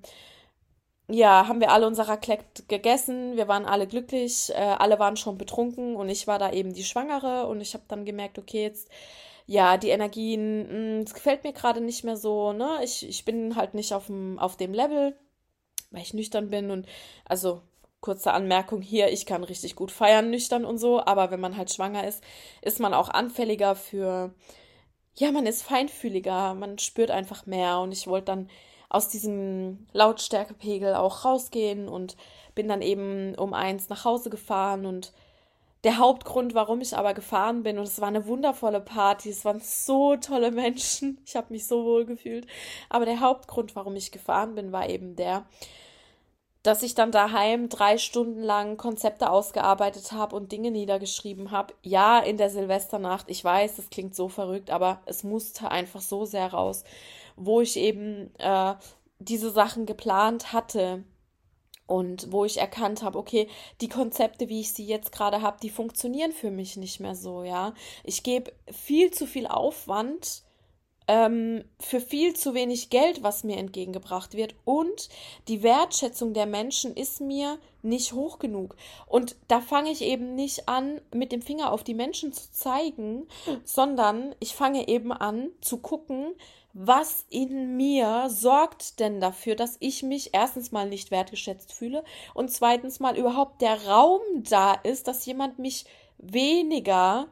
ja, haben wir alle unser Raclette gegessen, wir waren alle glücklich, alle waren schon betrunken und ich war da eben die Schwangere und ich habe dann gemerkt, okay, jetzt, ja, die Energien, es gefällt mir gerade nicht mehr so, ne, ich bin halt nicht auf dem Level, weil ich nüchtern bin und also kurze Anmerkung hier, ich kann richtig gut feiern, nüchtern und so, aber wenn man halt schwanger ist, ist man auch anfälliger ja, man ist feinfühliger, man spürt einfach mehr und ich wollte dann aus diesem Lautstärkepegel auch rausgehen und bin dann eben um 1 nach Hause gefahren und der Hauptgrund, warum ich aber gefahren bin, und es war eine wundervolle Party, es waren so tolle Menschen, ich habe mich so wohl gefühlt, aber der Hauptgrund, warum ich gefahren bin, war eben dass ich dann daheim 3 Stunden lang Konzepte ausgearbeitet habe und Dinge niedergeschrieben habe. Ja, in der Silvesternacht, ich weiß, das klingt so verrückt, aber es musste einfach so sehr raus, wo ich eben diese Sachen geplant hatte und wo ich erkannt habe, okay, die Konzepte, wie ich sie jetzt gerade habe, die funktionieren für mich nicht mehr so, ja. Ich gebe viel zu viel Aufwand für viel zu wenig Geld, was mir entgegengebracht wird. Und die Wertschätzung der Menschen ist mir nicht hoch genug. Und da fange ich eben nicht an, mit dem Finger auf die Menschen zu zeigen, sondern ich fange eben an zu gucken, was in mir sorgt denn dafür, dass ich mich erstens mal nicht wertgeschätzt fühle und zweitens mal überhaupt der Raum da ist, dass jemand mich weniger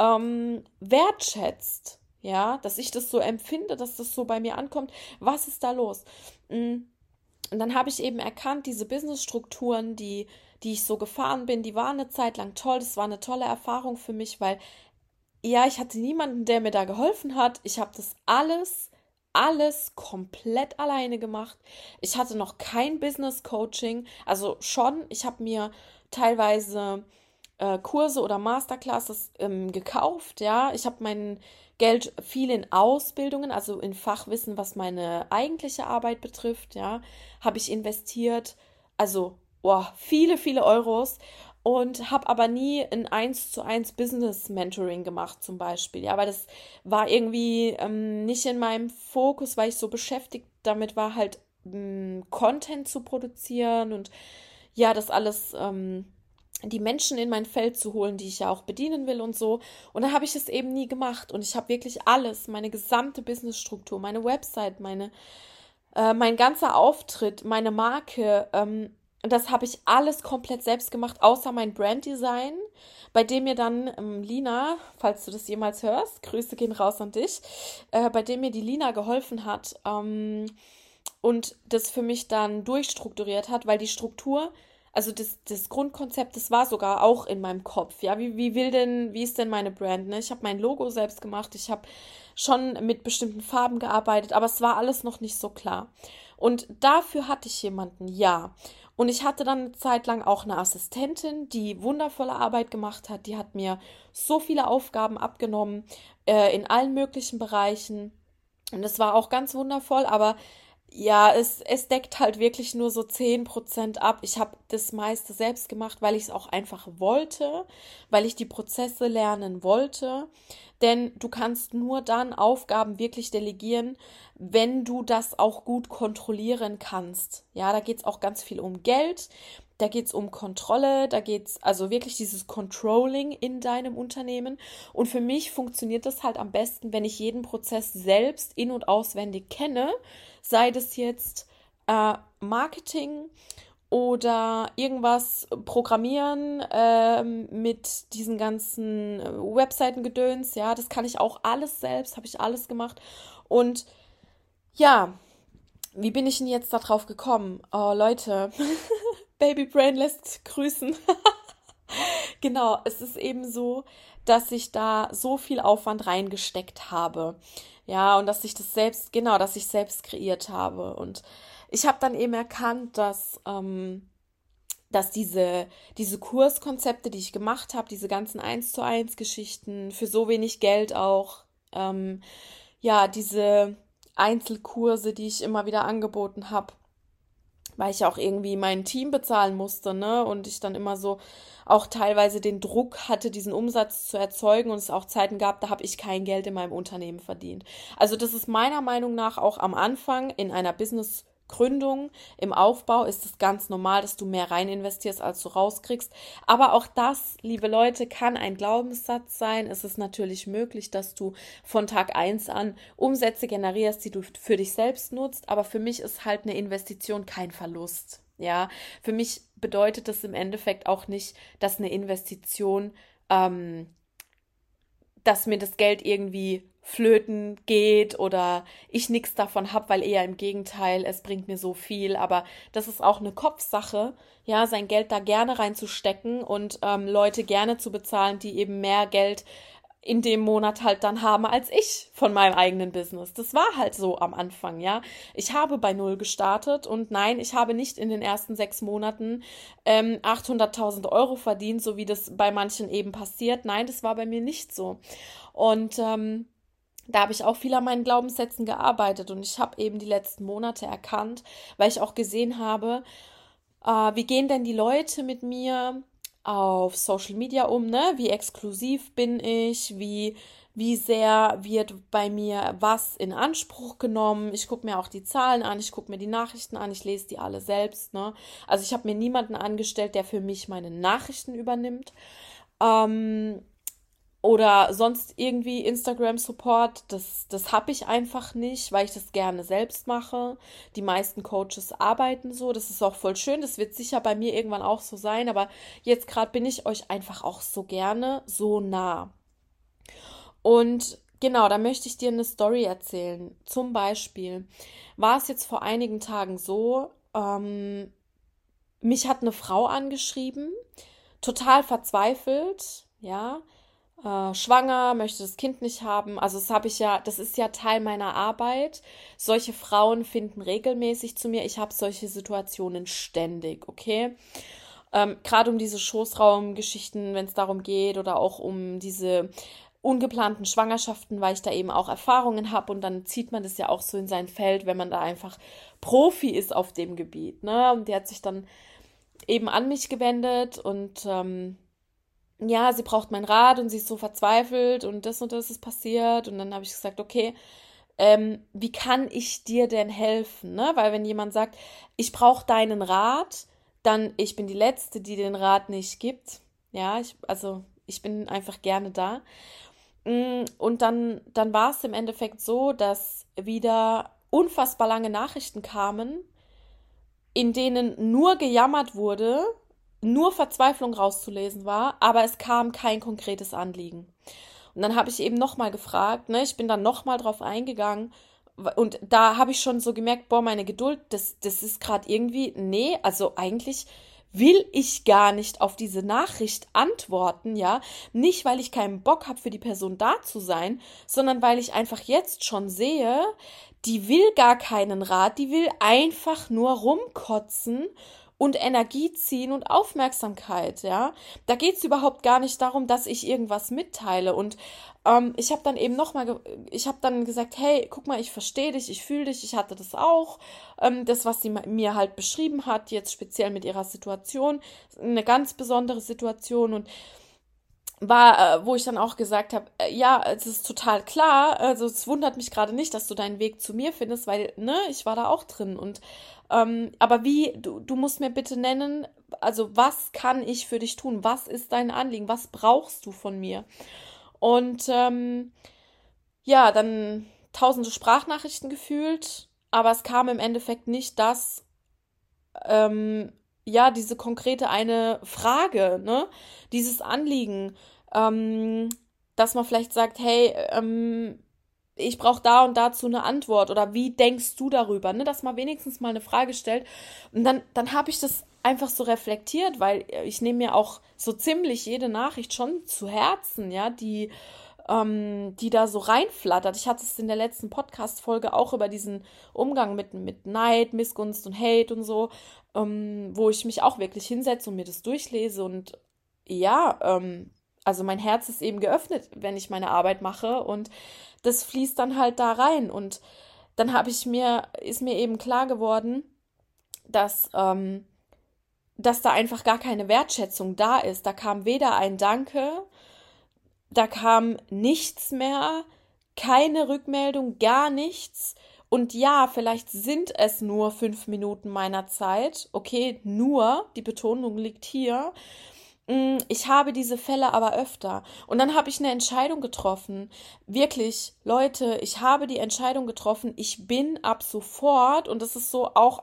wertschätzt. Ja, dass ich das so empfinde, dass das so bei mir ankommt. Was ist da los? Und dann habe ich eben erkannt, diese Businessstrukturen, die ich so gefahren bin, die waren eine Zeit lang toll. Das war eine tolle Erfahrung für mich, weil ja, ich hatte niemanden, der mir da geholfen hat. Ich habe das alles komplett alleine gemacht. Ich hatte noch kein Business Coaching. Also schon, ich habe mir teilweise Kurse oder Masterclasses gekauft, ja. Ich habe mein Geld viel in Ausbildungen, also in Fachwissen, was meine eigentliche Arbeit betrifft, ja, habe ich investiert. Also, boah, viele, viele Euros und habe aber nie ein 1:1 Business Mentoring gemacht zum Beispiel, ja, weil das war irgendwie nicht in meinem Fokus, weil ich so beschäftigt damit war, halt Content zu produzieren und ja, das alles die Menschen in mein Feld zu holen, die ich ja auch bedienen will und so. Und da habe ich es eben nie gemacht. Und ich habe wirklich alles, meine gesamte Businessstruktur, meine Website, mein ganzer Auftritt, meine Marke, das habe ich alles komplett selbst gemacht, außer mein Branddesign, bei dem mir dann Lina, falls du das jemals hörst, Grüße gehen raus an dich, bei dem mir die Lina geholfen hat und das für mich dann durchstrukturiert hat, weil die Struktur, also das Grundkonzept, das war sogar auch in meinem Kopf. Ja, wie ist denn meine Brand? Ne? Ich habe mein Logo selbst gemacht, ich habe schon mit bestimmten Farben gearbeitet, aber es war alles noch nicht so klar. Und dafür hatte ich jemanden, ja. Und ich hatte dann eine Zeit lang auch eine Assistentin, die wundervolle Arbeit gemacht hat. Die hat mir so viele Aufgaben abgenommen, in allen möglichen Bereichen. Und es war auch ganz wundervoll, aber Ja, es deckt halt wirklich nur so 10% ab. Ich habe das meiste selbst gemacht, weil ich es auch einfach wollte, weil ich die Prozesse lernen wollte. Denn du kannst nur dann Aufgaben wirklich delegieren, wenn du das auch gut kontrollieren kannst. Ja, da geht es auch ganz viel um Geld, da geht es um Kontrolle, da geht es also wirklich dieses Controlling in deinem Unternehmen. Und für mich funktioniert das halt am besten, wenn ich jeden Prozess selbst in- und auswendig kenne, sei das jetzt Marketing oder irgendwas programmieren mit diesen ganzen Webseitengedöns. Ja, das kann ich auch alles selbst, habe ich alles gemacht. Und ja, wie bin ich denn jetzt da drauf gekommen? Oh, Leute, Baby Brain lässt grüßen. Genau, es ist eben so, dass ich da so viel Aufwand reingesteckt habe. Ja, und dass ich das selbst, genau, dass ich selbst kreiert habe. Und ich habe dann eben erkannt, dass diese Kurskonzepte, die ich gemacht habe, diese ganzen Eins zu eins Geschichten, für so wenig Geld auch, ähm, ja, diese Einzelkurse, die ich immer wieder angeboten habe, weil ich ja auch irgendwie mein Team bezahlen musste, ne? Und ich dann immer so auch teilweise den Druck hatte, diesen Umsatz zu erzeugen und es auch Zeiten gab, da habe ich kein Geld in meinem Unternehmen verdient. Also das ist meiner Meinung nach auch am Anfang in einer Businessgründung, im Aufbau ist es ganz normal, dass du mehr rein investierst, als du rauskriegst. Aber auch das, liebe Leute, kann ein Glaubenssatz sein. Es ist natürlich möglich, dass du von Tag eins an Umsätze generierst, die du für dich selbst nutzt. Aber für mich ist halt eine Investition kein Verlust. Ja, für mich bedeutet das im Endeffekt auch nicht, dass eine Investition, dass mir das Geld irgendwie flöten geht oder ich nichts davon habe, weil eher im Gegenteil, es bringt mir so viel. Aber das ist auch eine Kopfsache, ja, sein Geld da gerne reinzustecken und Leute gerne zu bezahlen, die eben mehr Geld in dem Monat halt dann haben als ich von meinem eigenen Business. Das war halt so am Anfang, ja. Ich habe bei Null gestartet und nein, ich habe nicht in den ersten 6 Monaten 800.000 € verdient, so wie das bei manchen eben passiert. Nein, das war bei mir nicht so. Und da habe ich auch viel an meinen Glaubenssätzen gearbeitet und ich habe eben die letzten Monate erkannt, weil ich auch gesehen habe, wie gehen denn die Leute mit mir auf Social Media um, ne? Wie exklusiv bin ich? Wie sehr wird bei mir was in Anspruch genommen? Ich gucke mir auch die Zahlen an, ich gucke mir die Nachrichten an, ich lese die alle selbst, ne? Also ich habe mir niemanden angestellt, der für mich meine Nachrichten übernimmt. Ähm, oder sonst irgendwie Instagram-Support, das habe ich einfach nicht, weil ich das gerne selbst mache. Die meisten Coaches arbeiten so, das ist auch voll schön, das wird sicher bei mir irgendwann auch so sein, aber jetzt gerade bin ich euch einfach auch so gerne so nah. Und genau, da möchte ich dir eine Story erzählen. Zum Beispiel war es jetzt vor einigen Tagen so, mich hat eine Frau angeschrieben, total verzweifelt, ja, schwanger, möchte das Kind nicht haben. Also das habe ich ja, das ist ja Teil meiner Arbeit. Solche Frauen finden regelmäßig zu mir. Ich habe solche Situationen ständig, okay? Gerade um diese Schoßraumgeschichten, wenn es darum geht, oder auch um diese ungeplanten Schwangerschaften, weil ich da eben auch Erfahrungen habe und dann zieht man das ja auch so in sein Feld, wenn man da einfach Profi ist auf dem Gebiet, ne? Und die hat sich dann eben an mich gewendet und ja, sie braucht meinen Rat und sie ist so verzweifelt und das ist passiert. Und dann habe ich gesagt, okay, wie kann ich dir denn helfen? Ne? Weil wenn jemand sagt, ich brauche deinen Rat, dann ich bin die Letzte, die den Rat nicht gibt. Ja, also ich bin einfach gerne da. Und dann war es im Endeffekt so, dass wieder unfassbar lange Nachrichten kamen, in denen nur gejammert wurde, nur Verzweiflung rauszulesen war, aber es kam kein konkretes Anliegen. Und dann habe ich eben nochmal gefragt, ne, ich bin dann nochmal drauf eingegangen und da habe ich schon so gemerkt, boah, meine Geduld, das ist gerade irgendwie, nee, also eigentlich will ich gar nicht auf diese Nachricht antworten, ja, nicht weil ich keinen Bock habe, für die Person da zu sein, sondern weil ich einfach jetzt schon sehe, die will gar keinen Rat, die will einfach nur rumkotzen und Energie ziehen und Aufmerksamkeit, ja. Da geht es überhaupt gar nicht darum, dass ich irgendwas mitteile. Und ich habe dann eben ich habe dann gesagt, hey, guck mal, ich verstehe dich, ich fühle dich, ich hatte das auch. Das, was sie mir halt beschrieben hat, jetzt speziell mit ihrer Situation, eine ganz besondere Situation und wo ich dann auch gesagt habe, ja, es ist total klar, also es wundert mich gerade nicht, dass du deinen Weg zu mir findest, weil, ne, ich war da auch drin und aber du musst mir bitte nennen, also was kann ich für dich tun? Was ist dein Anliegen? Was brauchst du von mir? Und ja, dann tausende Sprachnachrichten gefühlt, aber es kam im Endeffekt nicht ja, diese konkrete eine Frage, ne? Dieses Anliegen, ähm, dass man vielleicht sagt, hey, ich brauche da und dazu eine Antwort oder wie denkst du darüber, ne? Dass man wenigstens mal eine Frage stellt. Und dann habe ich das einfach so reflektiert, weil ich nehme mir auch so ziemlich jede Nachricht schon zu Herzen, ja, die da so reinflattert. Ich hatte es in der letzten Podcast-Folge auch über diesen Umgang mit Neid, Missgunst und Hate und so, wo ich mich auch wirklich hinsetze und mir das durchlese. Und ja, also mein Herz ist eben geöffnet, wenn ich meine Arbeit mache und das fließt dann halt da rein. Und dann ist mir eben klar geworden, dass, dass da einfach gar keine Wertschätzung da ist. Da kam weder ein Danke, da kam nichts mehr, keine Rückmeldung, gar nichts. Und ja, vielleicht sind es nur 5 Minuten meiner Zeit. Okay, nur, die Betonung liegt hier. Ich habe diese Fälle aber öfter. Und dann habe ich eine Entscheidung getroffen. Wirklich, Leute, ich habe die Entscheidung getroffen. Ich bin ab sofort, und das ist so auch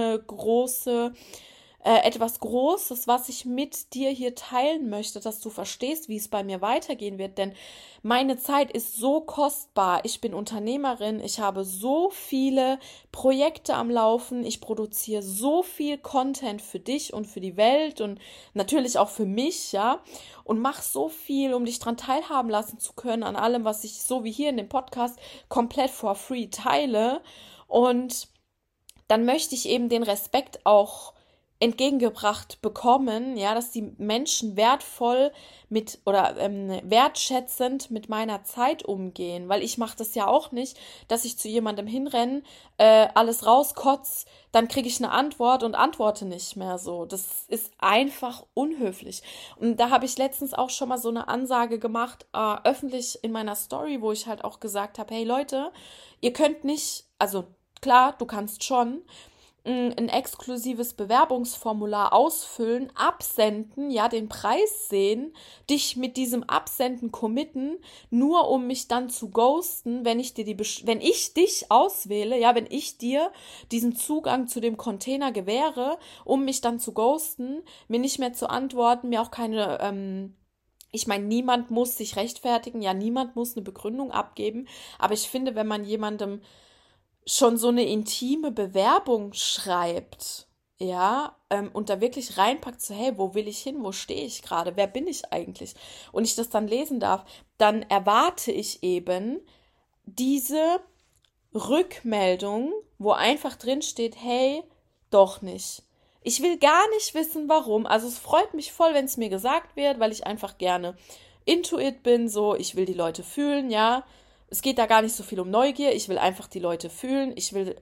etwas Großes, was ich mit dir hier teilen möchte, dass du verstehst, wie es bei mir weitergehen wird. Denn meine Zeit ist so kostbar. Ich bin Unternehmerin. Ich habe so viele Projekte am Laufen. Ich produziere so viel Content für dich und für die Welt und natürlich auch für mich, ja. Und mache so viel, um dich dran teilhaben lassen zu können an allem, was ich so wie hier in dem Podcast komplett for free teile. Und dann möchte ich eben den Respekt auch entgegengebracht bekommen, ja, dass die Menschen wertvoll mit oder wertschätzend mit meiner Zeit umgehen, weil ich mache das ja auch nicht, dass ich zu jemandem hinrenne, alles rauskotz, dann kriege ich eine Antwort und antworte nicht mehr so. Das ist einfach unhöflich. Und da habe ich letztens auch schon mal so eine Ansage gemacht, öffentlich in meiner Story, wo ich halt auch gesagt habe, hey Leute, ihr könnt nicht, also klar, du kannst schon, ein exklusives Bewerbungsformular ausfüllen, absenden, ja, den Preis sehen, dich mit diesem Absenden committen, nur um mich dann zu ghosten, wenn ich dich auswähle, ja, wenn ich dir diesen Zugang zu dem Container gewähre, um mich dann zu ghosten, mir nicht mehr zu antworten, mir auch keine ich meine, niemand muss sich rechtfertigen, ja, niemand muss eine Begründung abgeben, aber ich finde, wenn man jemandem schon so eine intime Bewerbung schreibt, ja, und da wirklich reinpackt, so, hey, wo will ich hin, wo stehe ich gerade, wer bin ich eigentlich? Und ich das dann lesen darf, dann erwarte ich eben diese Rückmeldung, wo einfach drin steht, hey, doch nicht. Ich will gar nicht wissen, warum. Also es freut mich voll, wenn es mir gesagt wird, weil ich einfach gerne Intuit bin, so, ich will die Leute fühlen, ja. Es geht da gar nicht so viel um Neugier, ich will einfach die Leute fühlen,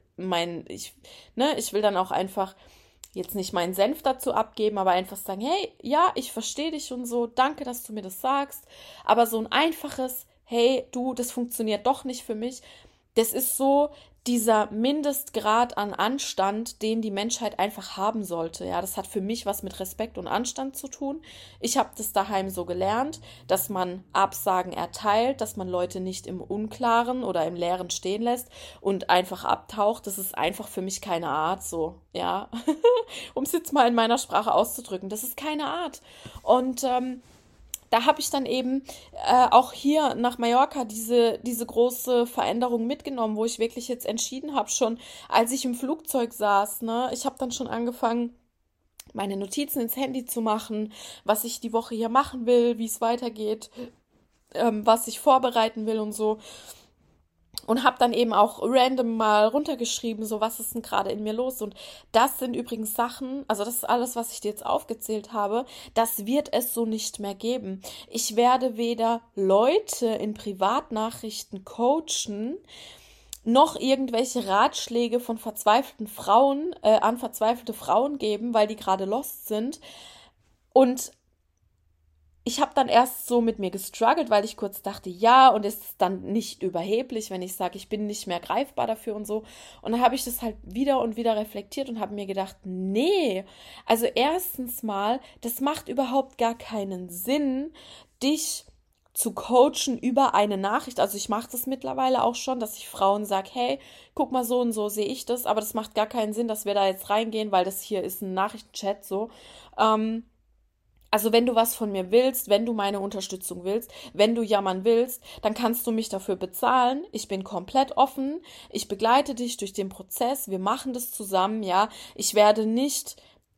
ich will dann auch einfach jetzt nicht meinen Senf dazu abgeben, aber einfach sagen, hey, ja, ich verstehe dich und so, danke, dass du mir das sagst, aber so ein einfaches, hey, du, das funktioniert doch nicht für mich, das ist so dieser Mindestgrad an Anstand, den die Menschheit einfach haben sollte. Ja, das hat für mich was mit Respekt und Anstand zu tun. Ich habe das daheim so gelernt, dass man Absagen erteilt, dass man Leute nicht im Unklaren oder im Leeren stehen lässt und einfach abtaucht. Das ist einfach für mich keine Art, so, ja, um es jetzt mal in meiner Sprache auszudrücken. Das ist keine Art. Und da habe ich dann eben auch hier nach Mallorca diese große Veränderung mitgenommen, wo ich wirklich jetzt entschieden habe, schon als ich im Flugzeug saß, ne, ich habe dann schon angefangen, meine Notizen ins Handy zu machen, was ich die Woche hier machen will, wie es weitergeht, was ich vorbereiten will und so. Und habe dann eben auch random mal runtergeschrieben, so was ist denn gerade in mir los. Und das sind übrigens Sachen, also das ist alles, was ich dir jetzt aufgezählt habe, das wird es so nicht mehr geben. Ich werde weder Leute in Privatnachrichten coachen, noch irgendwelche Ratschläge von verzweifelten Frauen an verzweifelte Frauen geben, weil die gerade lost sind. Und ich habe dann erst so mit mir gestruggelt, weil ich kurz dachte, ja, und ist es dann nicht überheblich, wenn ich sage, ich bin nicht mehr greifbar dafür und so. Und dann habe ich das halt wieder und wieder reflektiert und habe mir gedacht, nee, also erstens mal, das macht überhaupt gar keinen Sinn, dich zu coachen über eine Nachricht. Also ich mache das mittlerweile auch schon, dass ich Frauen sage, hey, guck mal, so und so sehe ich das, aber das macht gar keinen Sinn, dass wir da jetzt reingehen, weil das hier ist ein Nachrichtenchat so. Ähm, also wenn du was von mir willst, wenn du meine Unterstützung willst, wenn du jammern willst, dann kannst du mich dafür bezahlen. Ich bin komplett offen. Ich begleite dich durch den Prozess. Wir machen das zusammen, ja. Ich werde nicht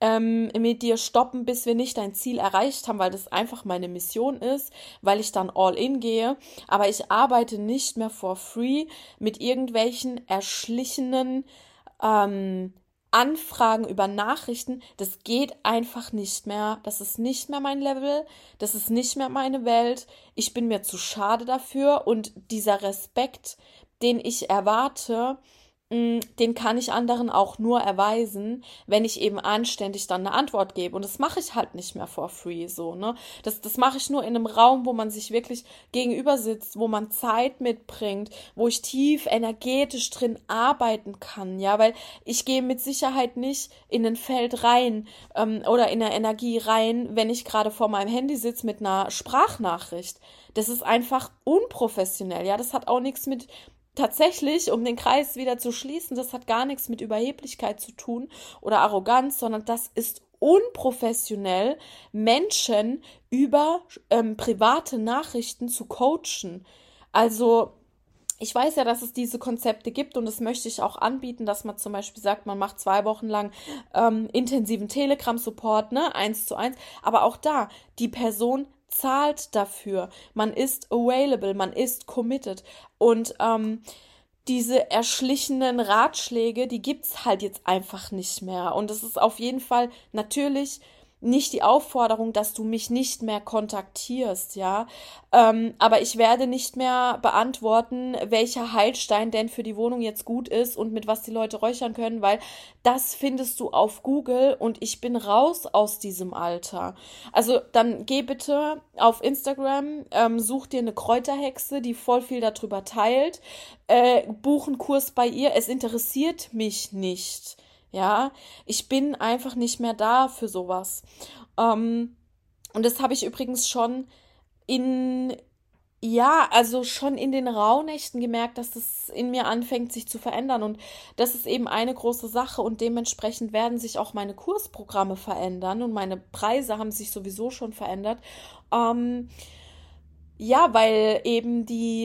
mit dir stoppen, bis wir nicht dein Ziel erreicht haben, weil das einfach meine Mission ist, weil ich dann all in gehe. Aber ich arbeite nicht mehr for free mit irgendwelchen erschlichenen ähm, Anfragen über Nachrichten, das geht einfach nicht mehr. Das ist nicht mehr mein Level, das ist nicht mehr meine Welt. Ich bin mir zu schade dafür und dieser Respekt, den ich erwarte, den kann ich anderen auch nur erweisen, wenn ich eben anständig dann eine Antwort gebe. Und das mache ich halt nicht mehr for free, so, ne? Das mache ich nur in einem Raum, wo man sich wirklich gegenüber sitzt, wo man Zeit mitbringt, wo ich tief energetisch drin arbeiten kann, ja, weil ich gehe mit Sicherheit nicht in ein Feld rein, oder in eine Energie rein, wenn ich gerade vor meinem Handy sitze mit einer Sprachnachricht. Das ist einfach unprofessionell, ja, das hat auch nichts mit tatsächlich, um den Kreis wieder zu schließen, das hat gar nichts mit Überheblichkeit zu tun oder Arroganz, sondern das ist unprofessionell, Menschen über private Nachrichten zu coachen. Also ich weiß ja, dass es diese Konzepte gibt und das möchte ich auch anbieten, dass man zum Beispiel sagt, man macht 2 Wochen lang intensiven Telegram-Support, ne, 1:1, aber auch da, die Person zahlt dafür, man ist available, man ist committed und diese erschlichenen Ratschläge, die gibt's halt jetzt einfach nicht mehr und es ist auf jeden Fall natürlich nicht die Aufforderung, dass du mich nicht mehr kontaktierst, ja. Aber ich werde nicht mehr beantworten, welcher Heilstein denn für die Wohnung jetzt gut ist und mit was die Leute räuchern können, weil das findest du auf Google und ich bin raus aus diesem Alter. Also dann geh bitte auf Instagram, such dir eine Kräuterhexe, die voll viel darüber teilt, buch einen Kurs bei ihr. Es interessiert mich nicht. Ja, ich bin einfach nicht mehr da für sowas. Und das habe ich übrigens schon in, ja, also schon in den Rauhnächten gemerkt, dass das in mir anfängt, sich zu verändern. Und das ist eben eine große Sache. Und dementsprechend werden sich auch meine Kursprogramme verändern und meine Preise haben sich sowieso schon verändert. Ähm, ja, weil eben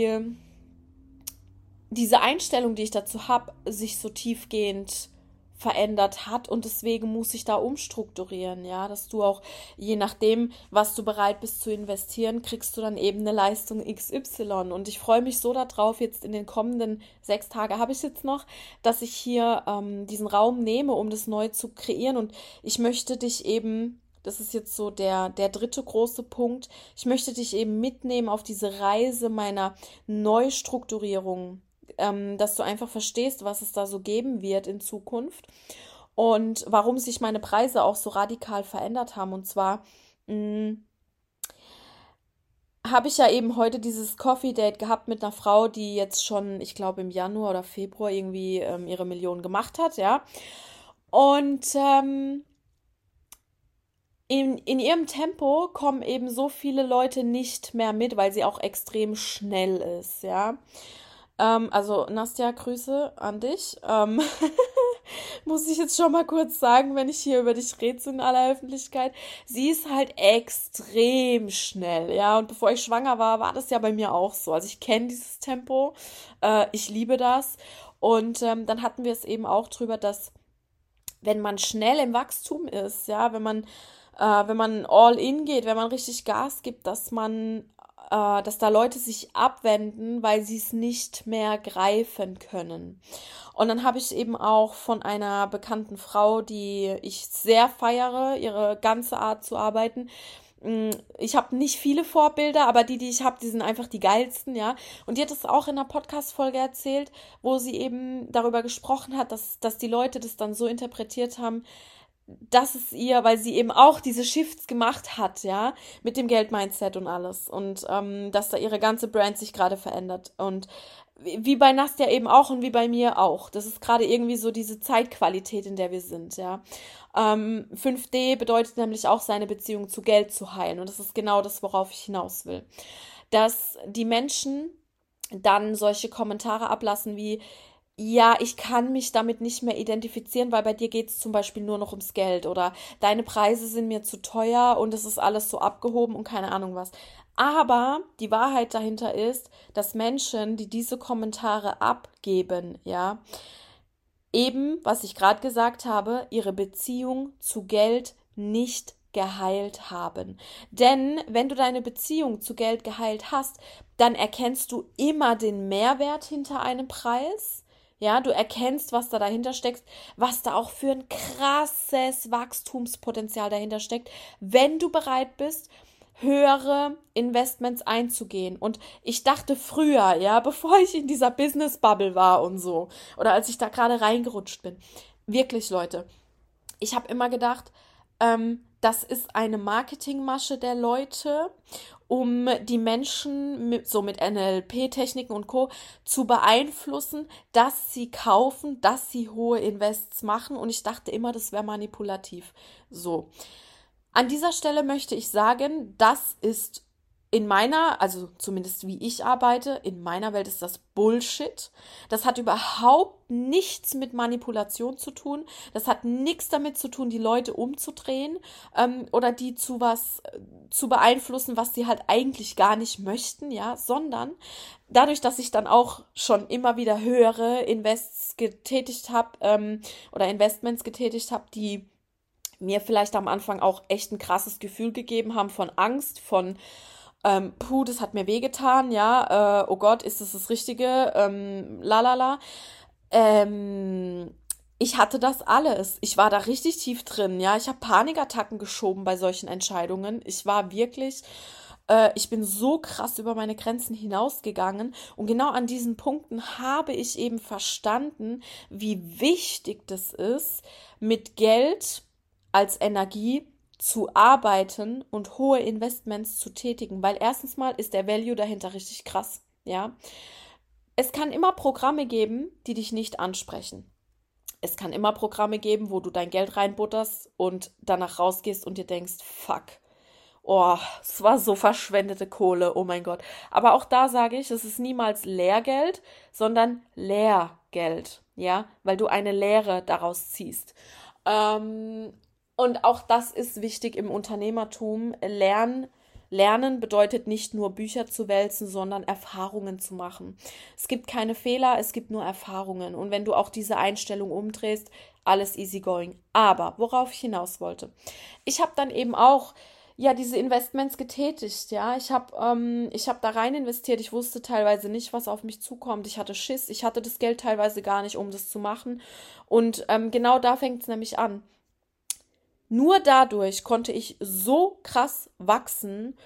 diese Einstellung, die ich dazu habe, sich so tiefgehend verändert hat und deswegen muss ich da umstrukturieren, ja, dass du auch, je nachdem, was du bereit bist zu investieren, kriegst du dann eben eine Leistung XY und ich freue mich so darauf, jetzt in den kommenden 6 Tage habe ich jetzt noch, dass ich hier diesen Raum nehme, um das neu zu kreieren und ich möchte dich eben, das ist jetzt so der dritte große Punkt, ich möchte dich eben mitnehmen auf diese Reise meiner Neustrukturierung, dass du einfach verstehst, was es da so geben wird in Zukunft und warum sich meine Preise auch so radikal verändert haben. Und zwar habe ich ja eben heute dieses Coffee Date gehabt mit einer Frau, die jetzt schon, ich glaube, im Januar oder Februar irgendwie ihre Million gemacht hat, ja. Und in ihrem Tempo kommen eben so viele Leute nicht mehr mit, weil sie auch extrem schnell ist, ja. Also Nastja, Grüße an dich. Muss ich jetzt schon mal kurz sagen, wenn ich hier über dich rede so in aller Öffentlichkeit. Sie ist halt extrem schnell, ja. Und bevor ich schwanger war, war das ja bei mir auch so. Also ich kenne dieses Tempo, ich liebe das. Und dann hatten wir es eben auch drüber, dass wenn man schnell im Wachstum ist, ja, wenn man all in geht, wenn man richtig Gas gibt, dass man dass da Leute sich abwenden, weil sie es nicht mehr greifen können. Und dann habe ich eben auch von einer bekannten Frau, die ich sehr feiere, ihre ganze Art zu arbeiten. Ich habe nicht viele Vorbilder, aber die ich habe, die sind einfach die geilsten, ja. Und die hat es auch in einer Podcast-Folge erzählt, wo sie eben darüber gesprochen hat, dass die Leute das dann so interpretiert haben, dass es ihr, weil sie eben auch diese Shifts gemacht hat, ja, mit dem Geld-Mindset und alles. Und dass da ihre ganze Brand sich gerade verändert. Und wie bei Nastja eben auch und wie bei mir auch. Das ist gerade irgendwie so diese Zeitqualität, in der wir sind, ja. 5D bedeutet nämlich auch, seine Beziehung zu Geld zu heilen. Und das ist genau das, worauf ich hinaus will. Dass die Menschen dann solche Kommentare ablassen wie, ja, ich kann mich damit nicht mehr identifizieren, weil bei dir geht es zum Beispiel nur noch ums Geld oder deine Preise sind mir zu teuer und es ist alles so abgehoben und keine Ahnung was. Aber die Wahrheit dahinter ist, dass Menschen, die diese Kommentare abgeben, ja, eben, was ich gerade gesagt habe, ihre Beziehung zu Geld nicht geheilt haben. Denn wenn du deine Beziehung zu Geld geheilt hast, dann erkennst du immer den Mehrwert hinter einem Preis. Ja, du erkennst, was da dahinter steckt, was da auch für ein krasses Wachstumspotenzial dahinter steckt, wenn du bereit bist, höhere Investments einzugehen. Und ich dachte früher, ja, bevor ich in dieser Business-Bubble war und so, oder als ich da gerade reingerutscht bin, wirklich, Leute, ich habe immer gedacht, das ist eine Marketingmasche der Leute, um die Menschen mit NLP-Techniken und Co. zu beeinflussen, dass sie kaufen, dass sie hohe Invests machen. Und ich dachte immer, das wäre manipulativ. So. An dieser Stelle möchte ich sagen, das ist in meiner, also zumindest wie ich arbeite, in meiner Welt ist das Bullshit. Das hat überhaupt nichts mit Manipulation zu tun. Das hat nichts damit zu tun, die Leute umzudrehen oder die zu was zu beeinflussen, was sie halt eigentlich gar nicht möchten, ja, sondern dadurch, dass ich dann auch schon immer wieder höhere Invests getätigt habe oder Investments getätigt habe, die mir vielleicht am Anfang auch echt ein krasses Gefühl gegeben haben von Angst, von das hat mir wehgetan, ja, oh Gott, ist das Richtige, lalala. Ich hatte das alles. Ich war da richtig tief drin, ja. Ich habe Panikattacken geschoben bei solchen Entscheidungen. Ich bin so krass über meine Grenzen hinausgegangen und genau an diesen Punkten habe ich eben verstanden, wie wichtig das ist, mit Geld als Energie zu arbeiten und hohe Investments zu tätigen, weil erstens mal ist der Value dahinter richtig krass, ja. Es kann immer Programme geben, die dich nicht ansprechen. Es kann immer Programme geben, wo du dein Geld reinbutterst und danach rausgehst und dir denkst, fuck, oh, es war so verschwendete Kohle, oh mein Gott. Aber auch da sage ich, es ist niemals Lehrgeld, sondern Lehrgeld, ja, weil du eine Lehre daraus ziehst. Und auch das ist wichtig im Unternehmertum. Lernen bedeutet nicht nur Bücher zu wälzen, sondern Erfahrungen zu machen. Es gibt keine Fehler, es gibt nur Erfahrungen. Und wenn du auch diese Einstellung umdrehst, alles easy going. Aber worauf ich hinaus wollte, ich habe dann eben auch ja diese Investments getätigt. Ja, ich hab da rein investiert. Ich wusste teilweise nicht, was auf mich zukommt. Ich hatte Schiss. Ich hatte das Geld teilweise gar nicht, um das zu machen. Und genau da fängt es nämlich an. Nur dadurch konnte ich so krass wachsen,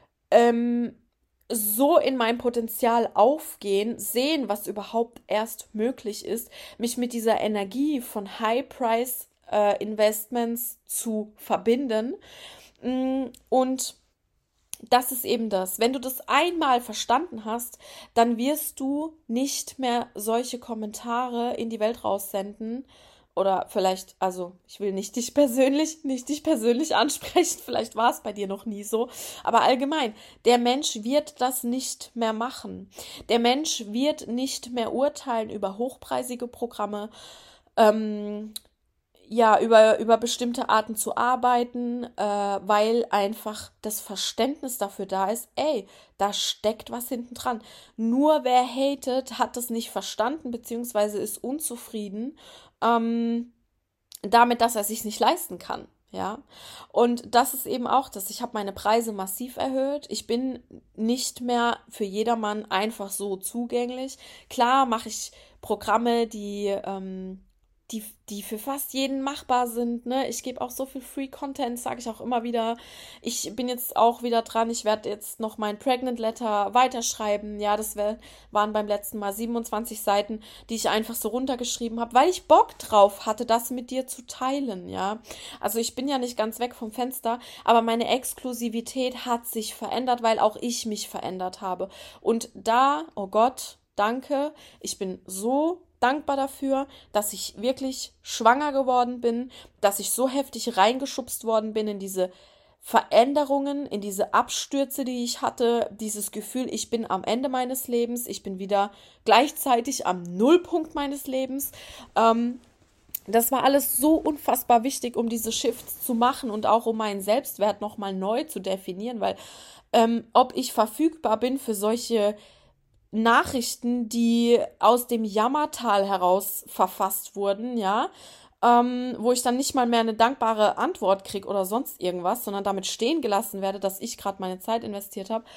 so in mein Potenzial aufgehen, sehen, was überhaupt erst möglich ist, mich mit dieser Energie von High-Price-Investments zu verbinden. Und das ist eben das. Wenn du das einmal verstanden hast, dann wirst du nicht mehr solche Kommentare in die Welt raussenden. Oder vielleicht, also ich will nicht dich persönlich ansprechen, vielleicht war es bei dir noch nie so, aber allgemein, der Mensch wird das nicht mehr machen. Der Mensch wird nicht mehr urteilen über hochpreisige Programme, ja, über bestimmte Arten zu arbeiten, weil einfach das Verständnis dafür da ist, ey, da steckt was hinten dran. Nur wer hatet, hat das nicht verstanden, beziehungsweise ist unzufrieden damit, dass er es sich nicht leisten kann. ja. Und das ist eben auch das. Ich habe meine Preise massiv erhöht. Ich bin nicht mehr für jedermann einfach so zugänglich. Klar mache ich Programme, die für fast jeden machbar sind, ne? Ich gebe auch so viel Free Content, sage ich auch immer wieder. Ich bin jetzt auch wieder dran. Ich werde jetzt noch mein Pregnant Letter weiterschreiben. Ja, waren beim letzten Mal 27 Seiten, die ich einfach so runtergeschrieben habe, weil ich Bock drauf hatte, das mit dir zu teilen, ja. Also ich bin ja nicht ganz weg vom Fenster, aber meine Exklusivität hat sich verändert, weil auch ich mich verändert habe. Und da, oh Gott, danke, ich bin so dankbar dafür, dass ich wirklich schwanger geworden bin, dass ich so heftig reingeschubst worden bin in diese Veränderungen, in diese Abstürze, die ich hatte, dieses Gefühl, ich bin am Ende meines Lebens, ich bin wieder gleichzeitig am Nullpunkt meines Lebens. Das war alles so unfassbar wichtig, um diese Shifts zu machen und auch um meinen Selbstwert nochmal neu zu definieren, weil ob ich verfügbar bin für solche Nachrichten, die aus dem Jammertal heraus verfasst wurden, ja, wo ich dann nicht mal mehr eine dankbare Antwort kriege oder sonst irgendwas, sondern damit stehen gelassen werde, dass ich gerade meine Zeit investiert habe.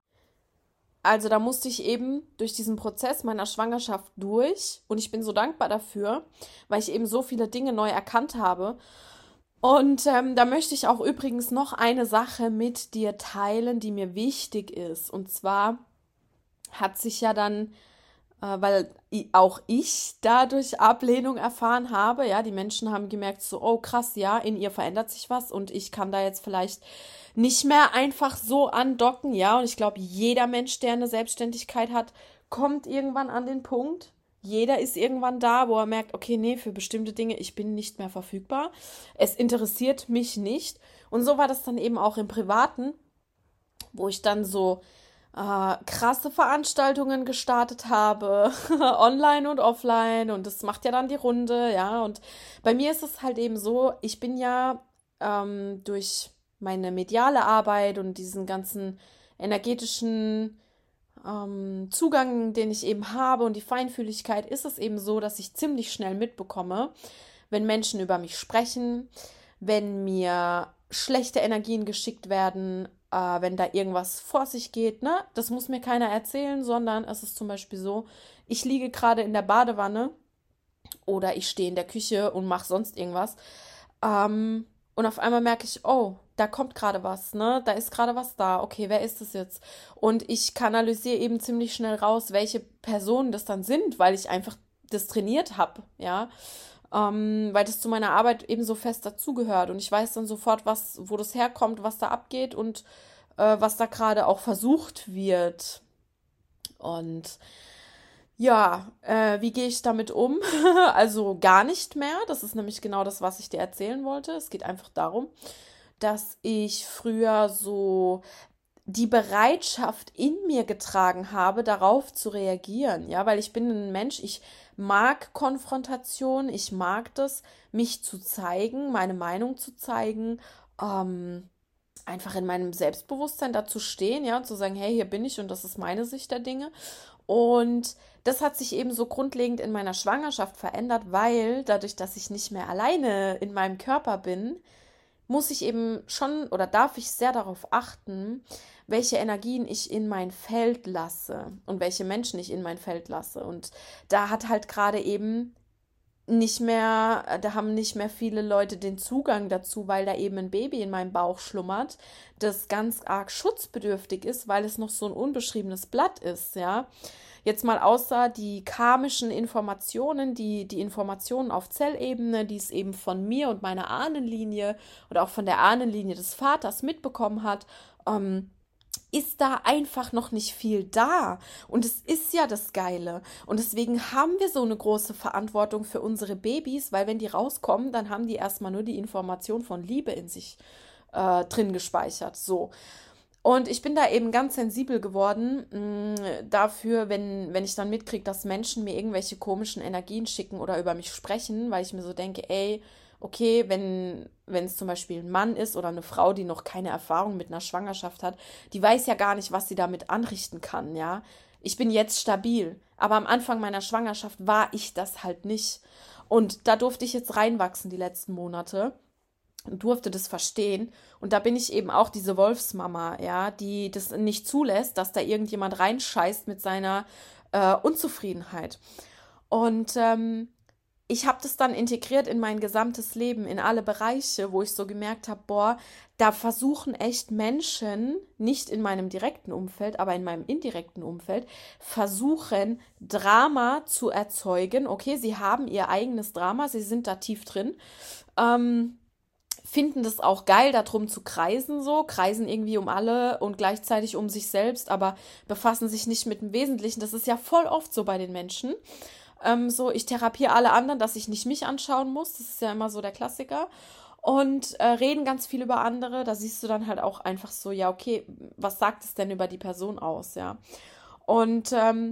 Also da musste ich eben durch diesen Prozess meiner Schwangerschaft durch und ich bin so dankbar dafür, weil ich eben so viele Dinge neu erkannt habe. Und da möchte ich auch übrigens noch eine Sache mit dir teilen, die mir wichtig ist. Und zwar hat sich ja dann, weil auch ich dadurch Ablehnung erfahren habe, ja, die Menschen haben gemerkt, so, oh krass, ja, in ihr verändert sich was und ich kann da jetzt vielleicht nicht mehr einfach so andocken, ja, und ich glaube, jeder Mensch, der eine Selbstständigkeit hat, kommt irgendwann an den Punkt. Jeder ist irgendwann da, wo er merkt, okay, nee, für bestimmte Dinge, ich bin nicht mehr verfügbar. Es interessiert mich nicht. Und so war das dann eben auch im Privaten, wo ich dann so krasse Veranstaltungen gestartet habe, online und offline und das macht ja dann die Runde, ja, und bei mir ist es halt eben so, ich bin ja durch meine mediale Arbeit und diesen ganzen energetischen Zugang, den ich eben habe und die Feinfühligkeit, ist es eben so, dass ich ziemlich schnell mitbekomme, wenn Menschen über mich sprechen, wenn mir schlechte Energien geschickt werden, wenn da irgendwas vor sich geht, ne? Das muss mir keiner erzählen, sondern es ist zum Beispiel so, ich liege gerade in der Badewanne oder ich stehe in der Küche und mache sonst irgendwas. Und auf einmal merke ich, oh, da kommt gerade was, ne? Da ist gerade was da. Okay, wer ist das jetzt? Und ich kanalisiere eben ziemlich schnell raus, welche Personen das dann sind, weil ich einfach das trainiert habe, ja. Weil das zu meiner Arbeit eben so fest dazugehört. Und ich weiß dann sofort, wo das herkommt, was da abgeht und was da gerade auch versucht wird. Und ja, wie gehe ich damit um? Also gar nicht mehr. Das ist nämlich genau das, was ich dir erzählen wollte. Es geht einfach darum, dass ich früher so die Bereitschaft in mir getragen habe, darauf zu reagieren. Ja, weil ich bin ein Mensch, ich mag Konfrontation, ich mag das, mich zu zeigen, meine Meinung zu zeigen, ähm, einfach in meinem Selbstbewusstsein dazu stehen, ja, und zu sagen, hey, hier bin ich und das ist meine Sicht der Dinge. Und das hat sich eben so grundlegend in meiner Schwangerschaft verändert, weil dadurch, dass ich nicht mehr alleine in meinem Körper bin, muss ich eben schon oder darf ich sehr darauf achten, welche Energien ich in mein Feld lasse und welche Menschen ich in mein Feld lasse. Und da hat halt gerade eben da haben nicht mehr viele Leute den Zugang dazu, weil da eben ein Baby in meinem Bauch schlummert, das ganz arg schutzbedürftig ist, weil es noch so ein unbeschriebenes Blatt ist, ja. Jetzt mal außer die karmischen Informationen, die Informationen auf Zellebene, die es eben von mir und meiner Ahnenlinie oder auch von der Ahnenlinie des Vaters mitbekommen hat, ist da einfach noch nicht viel da. Und es ist ja das Geile. Und deswegen haben wir so eine große Verantwortung für unsere Babys, weil wenn die rauskommen, dann haben die erstmal nur die Information von Liebe in sich drin gespeichert. So. Und ich bin da eben ganz sensibel geworden dafür, wenn ich dann mitkriege, dass Menschen mir irgendwelche komischen Energien schicken oder über mich sprechen, weil ich mir so denke, ey, okay, wenn es zum Beispiel ein Mann ist oder eine Frau, die noch keine Erfahrung mit einer Schwangerschaft hat, die weiß ja gar nicht, was sie damit anrichten kann, ja. Ich bin jetzt stabil, aber am Anfang meiner Schwangerschaft war ich das halt nicht. Und da durfte ich jetzt reinwachsen die letzten Monate. und durfte das verstehen. Und da bin ich eben auch diese Wolfsmama, ja, die das nicht zulässt, dass da irgendjemand reinscheißt mit seiner Unzufriedenheit. Und ich habe das dann integriert in mein gesamtes Leben, in alle Bereiche, wo ich so gemerkt habe, boah, da versuchen echt Menschen, nicht in meinem direkten Umfeld, aber in meinem indirekten Umfeld, versuchen Drama zu erzeugen. Okay, sie haben ihr eigenes Drama, sie sind da tief drin. Ähm, Finden das auch geil, darum zu kreisen, so, kreisen irgendwie um alle und gleichzeitig um sich selbst, aber befassen sich nicht mit dem Wesentlichen. Das ist ja voll oft so bei den Menschen. So, ich therapiere alle anderen, dass ich nicht mich anschauen muss. Das ist ja immer so der Klassiker. Und reden ganz viel über andere. Da siehst du dann halt auch einfach so, ja, okay, was sagt es denn über die Person aus, ja? Und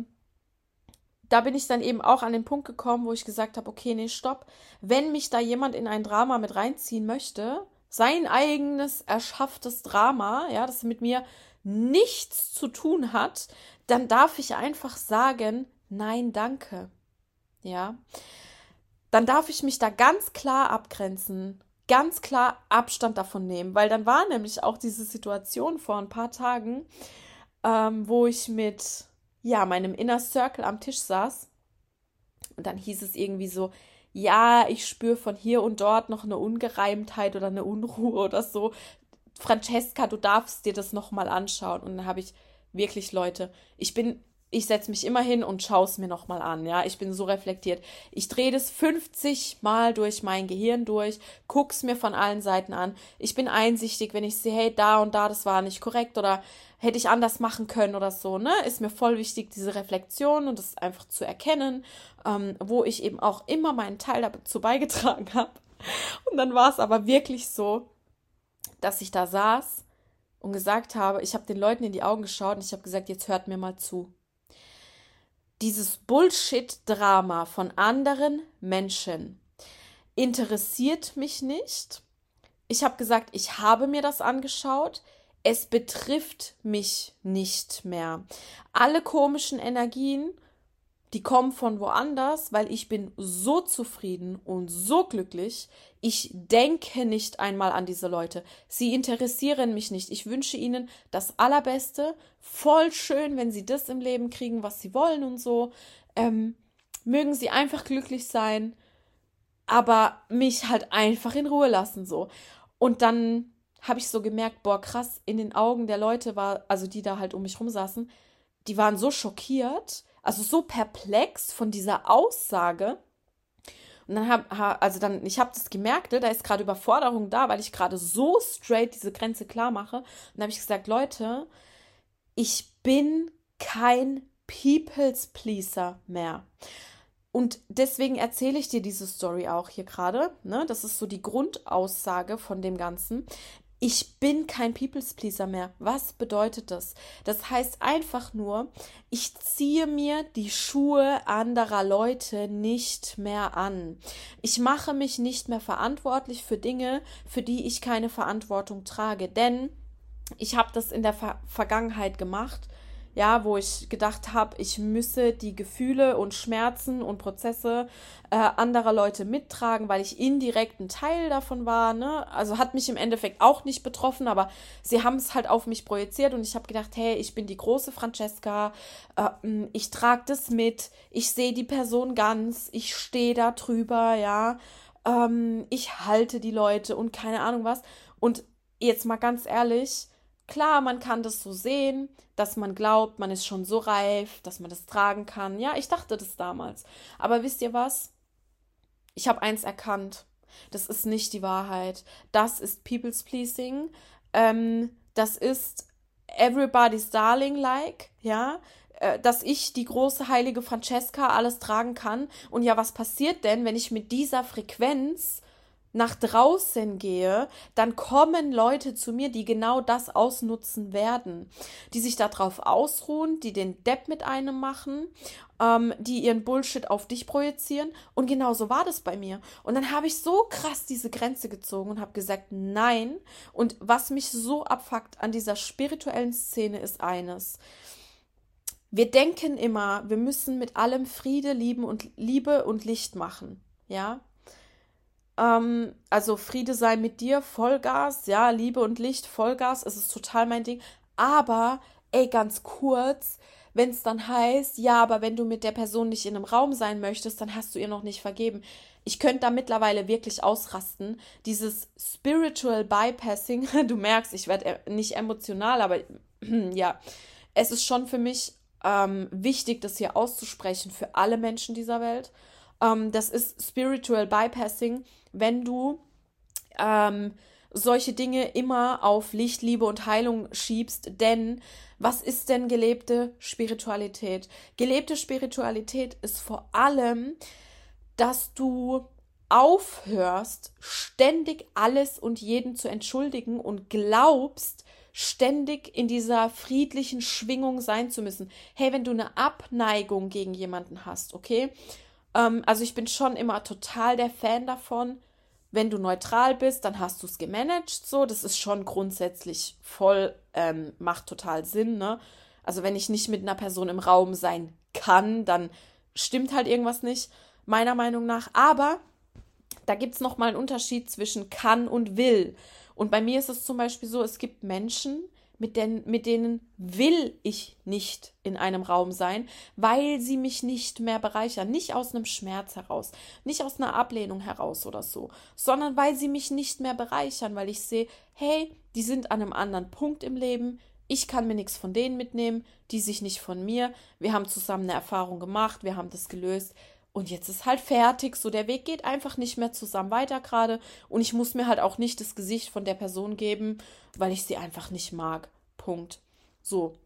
da bin ich dann eben auch an den Punkt gekommen, wo ich gesagt habe, okay, nee, stopp. Wenn mich da jemand in ein Drama mit reinziehen möchte, sein eigenes erschafftes Drama, ja, das mit mir nichts zu tun hat, dann darf ich einfach sagen, nein, danke. Ja, dann darf ich mich da ganz klar abgrenzen, ganz klar Abstand davon nehmen, weil dann war nämlich auch diese Situation vor ein paar Tagen, wo ich mit ja, meinem Inner Circle am Tisch saß und dann hieß es irgendwie so, ja, ich spüre von hier und dort noch eine Ungereimtheit oder eine Unruhe oder so. Francesca, du darfst dir das nochmal anschauen. Und dann habe ich wirklich, Leute, ich setze mich immer hin und schaue es mir nochmal an, ja. Ich bin so reflektiert. Ich drehe das 50 Mal durch mein Gehirn durch, guck's mir von allen Seiten an. Ich bin einsichtig, wenn ich sehe, hey, da und da, das war nicht korrekt oder hätte ich anders machen können oder so, ne? Ist mir voll wichtig, diese Reflexion und das einfach zu erkennen, wo ich eben auch immer meinen Teil dazu beigetragen habe. Und dann war es aber wirklich so, dass ich da saß und gesagt habe, ich habe den Leuten in die Augen geschaut und ich habe gesagt, jetzt hört mir mal zu. Dieses Bullshit-Drama von anderen Menschen interessiert mich nicht. Ich habe gesagt, ich habe mir das angeschaut. Es betrifft mich nicht mehr. Alle komischen Energien, die kommen von woanders, weil ich bin so zufrieden und so glücklich. Ich denke nicht einmal an diese Leute. Sie interessieren mich nicht. Ich wünsche ihnen das Allerbeste. Voll schön, wenn sie das im Leben kriegen, was sie wollen und so. Mögen sie einfach glücklich sein, aber mich halt einfach in Ruhe lassen so. Und dann habe ich so gemerkt, boah, krass, in den Augen der Leute war, also die da halt um mich rum saßen, die waren so schockiert, also so perplex von dieser Aussage. Und ich habe das gemerkt, ne, da ist gerade Überforderung da, weil ich gerade so straight diese Grenze klar mache. Und dann habe ich gesagt, Leute, ich bin kein People's Pleaser mehr. Und deswegen erzähle ich dir diese Story auch hier gerade. Ne? Das ist so die Grundaussage von dem Ganzen. Ich bin kein People's Pleaser mehr. Was bedeutet das? Das heißt einfach nur, ich ziehe mir die Schuhe anderer Leute nicht mehr an. Ich mache mich nicht mehr verantwortlich für Dinge, für die ich keine Verantwortung trage. Denn ich habe das in der Vergangenheit gemacht, ja, wo ich gedacht habe, ich müsse die Gefühle und Schmerzen und Prozesse anderer Leute mittragen, weil ich indirekt ein Teil davon war, ne? Also hat mich im Endeffekt auch nicht betroffen, aber sie haben es halt auf mich projiziert und ich habe gedacht, hey, ich bin die große Francesca, ich trage das mit, ich sehe die Person ganz, ich stehe da drüber, ja, ich halte die Leute und keine Ahnung was. Und jetzt mal ganz ehrlich, klar, man kann das so sehen, dass man glaubt, man ist schon so reif, dass man das tragen kann. Ja, ich dachte das damals. Aber wisst ihr was? Ich habe eins erkannt. Das ist nicht die Wahrheit. Das ist People's Pleasing. Das ist Everybody's Darling like, ja. Dass ich, die große heilige Francesca, alles tragen kann. Und ja, was passiert denn, wenn ich mit dieser Frequenz nach draußen gehe, dann kommen Leute zu mir, die genau das ausnutzen werden, die sich darauf ausruhen, die den Depp mit einem machen, die ihren Bullshit auf dich projizieren und genau so war das bei mir. Und dann habe ich so krass diese Grenze gezogen und habe gesagt, nein. Und was mich so abfuckt an dieser spirituellen Szene ist eines: Wir denken immer, wir müssen mit allem Friede, Liebe und Licht machen, ja. Also Friede sei mit dir, Vollgas, ja, Liebe und Licht, Vollgas, es ist total mein Ding. Aber, ey, ganz kurz, wenn es dann heißt, ja, aber wenn du mit der Person nicht in einem Raum sein möchtest, dann hast du ihr noch nicht vergeben. Ich könnte da mittlerweile wirklich ausrasten. Dieses Spiritual Bypassing, du merkst, ich werde nicht emotional, aber ja, es ist schon für mich wichtig, das hier auszusprechen für alle Menschen dieser Welt. Das ist Spiritual Bypassing, wenn du ähm, solche Dinge immer auf Licht, Liebe und Heilung schiebst, denn was ist denn gelebte Spiritualität? Gelebte Spiritualität ist vor allem, dass du aufhörst, ständig alles und jeden zu entschuldigen und glaubst, ständig in dieser friedlichen Schwingung sein zu müssen. Hey, wenn du eine Abneigung gegen jemanden hast, okay? Also ich bin schon immer total der Fan davon, wenn du neutral bist, dann hast du es gemanagt, so, das ist schon grundsätzlich voll, macht total Sinn, ne? Also wenn ich nicht mit einer Person im Raum sein kann, dann stimmt halt irgendwas nicht, meiner Meinung nach. Aber da gibt es nochmal einen Unterschied zwischen kann und will. Und bei mir ist es zum Beispiel so, es gibt Menschen, mit denen will ich nicht in einem Raum sein, weil sie mich nicht mehr bereichern. Nicht aus einem Schmerz heraus, nicht aus einer Ablehnung heraus oder so, sondern weil sie mich nicht mehr bereichern, weil ich sehe, hey, die sind an einem anderen Punkt im Leben, ich kann mir nichts von denen mitnehmen, die sich nicht von mir. Wir haben zusammen eine Erfahrung gemacht, wir haben das gelöst. Und jetzt ist halt fertig, so der Weg geht einfach nicht mehr zusammen weiter gerade und ich muss mir halt auch nicht das Gesicht von der Person geben, weil ich sie einfach nicht mag. Punkt. So.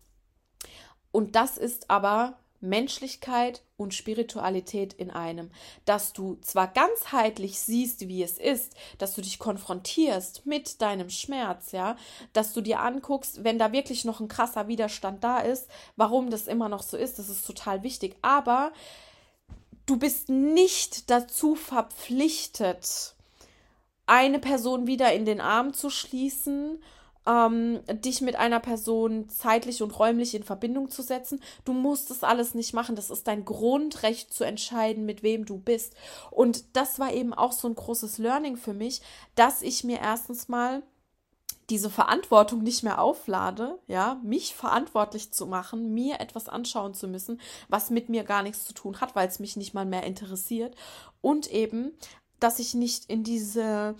Und das ist aber Menschlichkeit und Spiritualität in einem, dass du zwar ganzheitlich siehst, wie es ist, dass du dich konfrontierst mit deinem Schmerz, ja, dass du dir anguckst, wenn da wirklich noch ein krasser Widerstand da ist, warum das immer noch so ist, das ist total wichtig, aber du bist nicht dazu verpflichtet, eine Person wieder in den Arm zu schließen, dich mit einer Person zeitlich und räumlich in Verbindung zu setzen. Du musst das alles nicht machen. Das ist dein Grundrecht zu entscheiden, mit wem du bist. Und das war eben auch so ein großes Learning für mich, dass ich mir erstens mal diese Verantwortung nicht mehr auflade, ja, mich verantwortlich zu machen, mir etwas anschauen zu müssen, was mit mir gar nichts zu tun hat, weil es mich nicht mal mehr interessiert. Und eben, dass ich nicht in diese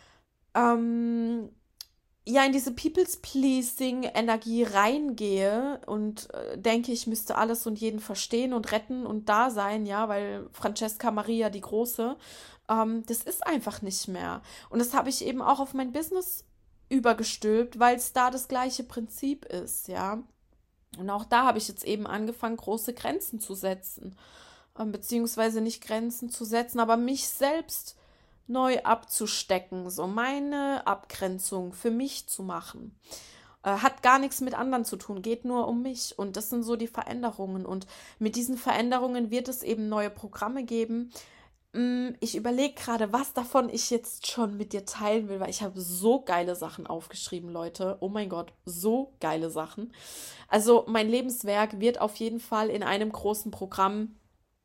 in diese People's-Pleasing-Energie reingehe und denke, ich müsste alles und jeden verstehen und retten und da sein, ja, weil Francesca Maria die Große, das ist einfach nicht mehr. Und das habe ich eben auch auf mein Business übergestülpt, weil es da das gleiche Prinzip ist, ja. Und auch da habe ich jetzt eben angefangen, große Grenzen zu setzen, beziehungsweise nicht Grenzen zu setzen, aber mich selbst neu abzustecken, so meine Abgrenzung für mich zu machen. Hat gar nichts mit anderen zu tun, geht nur um mich. Und das sind so die Veränderungen. Und mit diesen Veränderungen wird es eben neue Programme geben. Ich überlege gerade, was davon ich jetzt schon mit dir teilen will, weil ich habe so geile Sachen aufgeschrieben, Leute. Oh mein Gott, so geile Sachen. Also mein Lebenswerk wird auf jeden Fall in einem großen Programm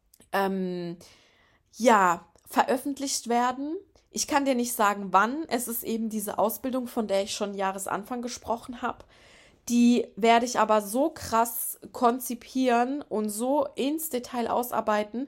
veröffentlicht werden. Ich kann dir nicht sagen, wann. Es ist eben diese Ausbildung, von der ich schon Jahresanfang gesprochen habe. Die werde ich aber so krass konzipieren und so ins Detail ausarbeiten,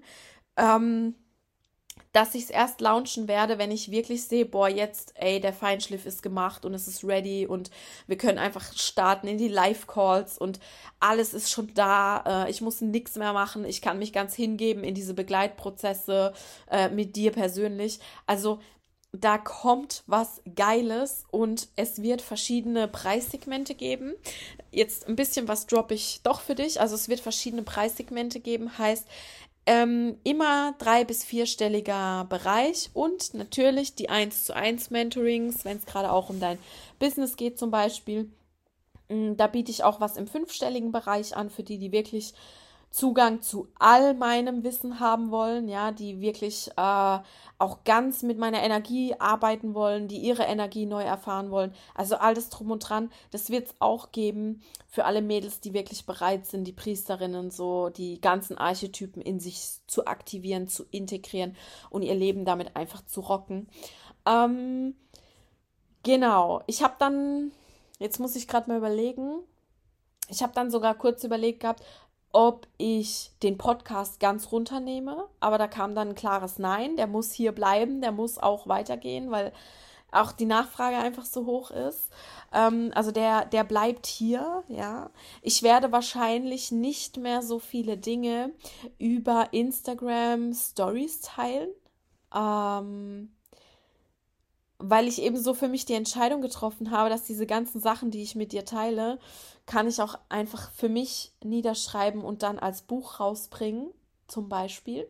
dass ich es erst launchen werde, wenn ich wirklich sehe, boah, jetzt, ey, der Feinschliff ist gemacht und es ist ready und wir können einfach starten in die Live-Calls und alles ist schon da. Ich muss nichts mehr machen. Ich kann mich ganz hingeben in diese Begleitprozesse mit dir persönlich. Also da kommt was Geiles und es wird verschiedene Preissegmente geben. Jetzt ein bisschen was droppe ich doch für dich. Also es wird verschiedene Preissegmente geben, heißt, immer 3- bis 4-stelliger Bereich und natürlich die 1:1 Mentorings, wenn es gerade auch um dein Business geht zum Beispiel. Da biete ich auch was im 5-stelligen Bereich an, für die, die wirklich Zugang zu all meinem Wissen haben wollen, ja, die wirklich auch ganz mit meiner Energie arbeiten wollen, die ihre Energie neu erfahren wollen. Also alles drum und dran, das wird es auch geben für alle Mädels, die wirklich bereit sind, die Priesterinnen, so die ganzen Archetypen in sich zu aktivieren, zu integrieren und ihr Leben damit einfach zu rocken. Ähm, genau, jetzt muss ich gerade mal überlegen, ich habe dann sogar kurz überlegt gehabt, ob ich den Podcast ganz runternehme, aber da kam dann ein klares Nein, der muss hier bleiben, der muss auch weitergehen, weil auch die Nachfrage einfach so hoch ist. Also der bleibt hier, ja. Ich werde wahrscheinlich nicht mehr so viele Dinge über Instagram Stories teilen. Ähm, Weil ich eben so für mich die Entscheidung getroffen habe, dass diese ganzen Sachen, die ich mit dir teile, kann ich auch einfach für mich niederschreiben und dann als Buch rausbringen, zum Beispiel.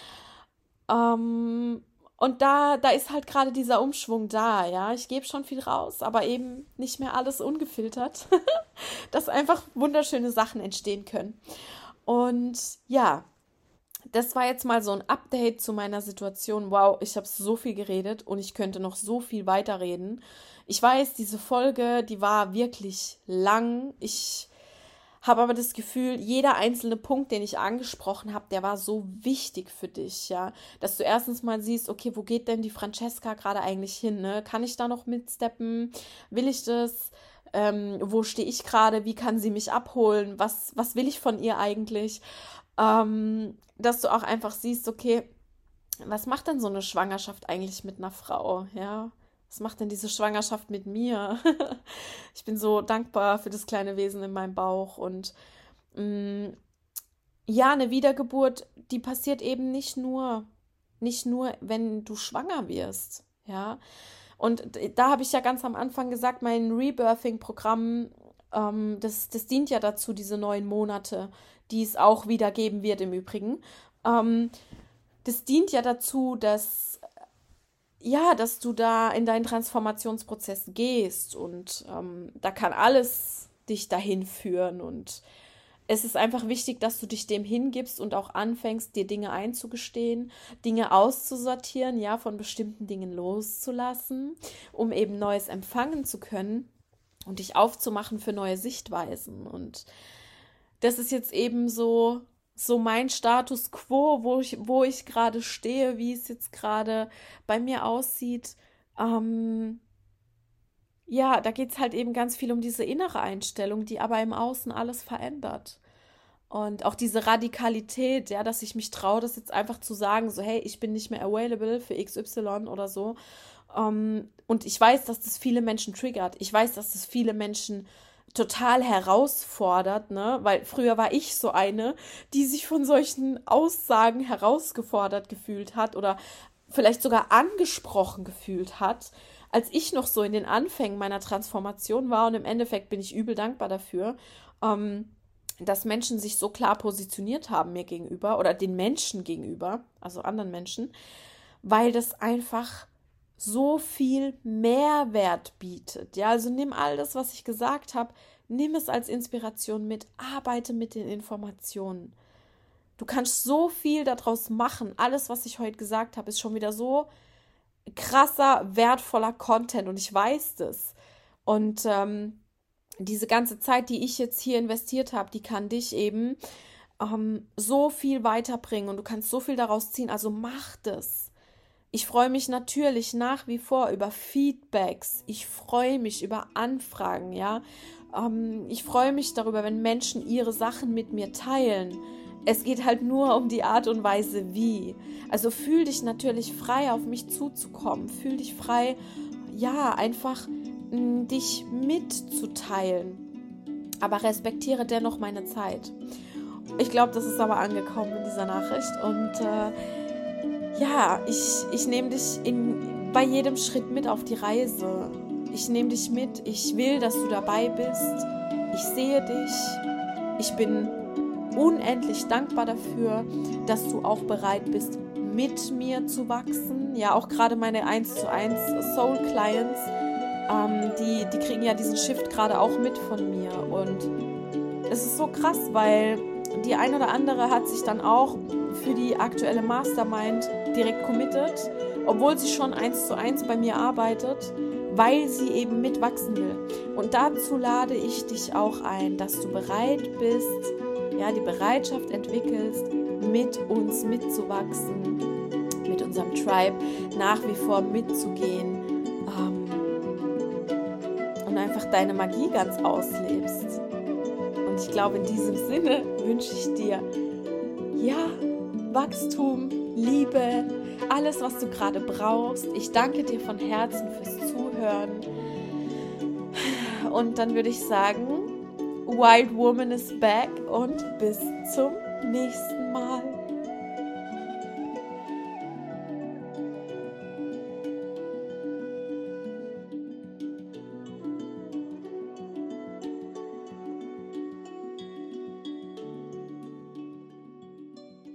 Und da ist halt gerade dieser Umschwung da, ja. Ich gebe schon viel raus, aber eben nicht mehr alles ungefiltert, dass einfach wunderschöne Sachen entstehen können. Und ja, das war jetzt mal so ein Update zu meiner Situation. Wow, ich habe so viel geredet und ich könnte noch so viel weiterreden. Ich weiß, diese Folge, die war wirklich lang. Ich habe aber das Gefühl, jeder einzelne Punkt, den ich angesprochen habe, der war so wichtig für dich, ja. Dass du erstens mal siehst, okay, wo geht denn die Francesca gerade eigentlich hin, ne? Kann ich da noch mitsteppen? Will ich das? Wo stehe ich gerade? Wie kann sie mich abholen? Was will ich von ihr eigentlich? Dass du auch einfach siehst, okay, was macht denn so eine Schwangerschaft eigentlich mit einer Frau, ja? Was macht denn diese Schwangerschaft mit mir? Ich bin so dankbar für das kleine Wesen in meinem Bauch und mh, ja, eine Wiedergeburt, die passiert eben nicht nur, wenn du schwanger wirst, ja. Und da habe ich ja ganz am Anfang gesagt, mein Rebirthing-Programm, das dient ja dazu, diese 9 Monate, die es auch wieder geben wird im Übrigen. Ähm, Das dient ja dazu, dass du da in deinen Transformationsprozess gehst und da kann alles dich dahin führen und es ist einfach wichtig, dass du dich dem hingibst und auch anfängst, dir Dinge einzugestehen, Dinge auszusortieren, ja, von bestimmten Dingen loszulassen, um eben Neues empfangen zu können und dich aufzumachen für neue Sichtweisen. Und das ist jetzt eben so mein Status quo, wo ich gerade stehe, wie es jetzt gerade bei mir aussieht. Ähm, ja, da geht es halt eben ganz viel um diese innere Einstellung, die aber im Außen alles verändert. Und auch diese Radikalität, ja, dass ich mich traue, das jetzt einfach zu sagen, so, hey, ich bin nicht mehr available für XY oder so. Und ich weiß, dass das viele Menschen triggert. Ich weiß, dass das viele Menschen total herausfordert, ne? Weil früher war ich so eine, die sich von solchen Aussagen herausgefordert gefühlt hat oder vielleicht sogar angesprochen gefühlt hat, als ich noch so in den Anfängen meiner Transformation war. Und im Endeffekt bin ich übel dankbar dafür, ähm, dass Menschen sich so klar positioniert haben mir gegenüber oder den Menschen gegenüber, also anderen Menschen, weil das einfach so viel Mehrwert bietet. Ja, also nimm all das, was ich gesagt habe, nimm es als Inspiration mit, arbeite mit den Informationen. Du kannst so viel daraus machen. Alles, was ich heute gesagt habe, ist schon wieder so krasser, wertvoller Content und ich weiß das. Und diese ganze Zeit, die ich jetzt hier investiert habe, die kann dich eben so viel weiterbringen und du kannst so viel daraus ziehen. Also mach das. Ich freue mich natürlich nach wie vor über Feedbacks. Ich freue mich über Anfragen, ja. Ich freue mich darüber, wenn Menschen ihre Sachen mit mir teilen. Es geht halt nur um die Art und Weise, wie. Also fühl dich natürlich frei, auf mich zuzukommen. Fühl dich frei, ja, einfach dich mitzuteilen. Aber respektiere dennoch meine Zeit. Ich glaube, das ist aber angekommen in dieser Nachricht. Und ja, ich nehme dich bei jedem Schritt mit auf die Reise. Ich nehme dich mit. Ich will, dass du dabei bist. Ich sehe dich. Ich bin unendlich dankbar dafür, dass du auch bereit bist, mit mir zu wachsen. Ja, auch gerade meine 1:1 Soul Clients, die kriegen ja diesen Shift gerade auch mit von mir. Und es ist so krass, weil die ein oder andere hat sich dann auch für die aktuelle Mastermind direkt committed, obwohl sie schon 1:1 bei mir arbeitet, weil sie eben mitwachsen will. Und dazu lade ich dich auch ein, dass du bereit bist, ja, die Bereitschaft entwickelst, mit uns mitzuwachsen, mit unserem Tribe nach wie vor mitzugehen, und einfach deine Magie ganz auslebst. Und ich glaube, in diesem Sinne wünsche ich dir, ja, Wachstum, Liebe, alles, was du gerade brauchst. Ich danke dir von Herzen fürs Zuhören. Und dann würde ich sagen, Wild Woman is back und bis zum nächsten Mal.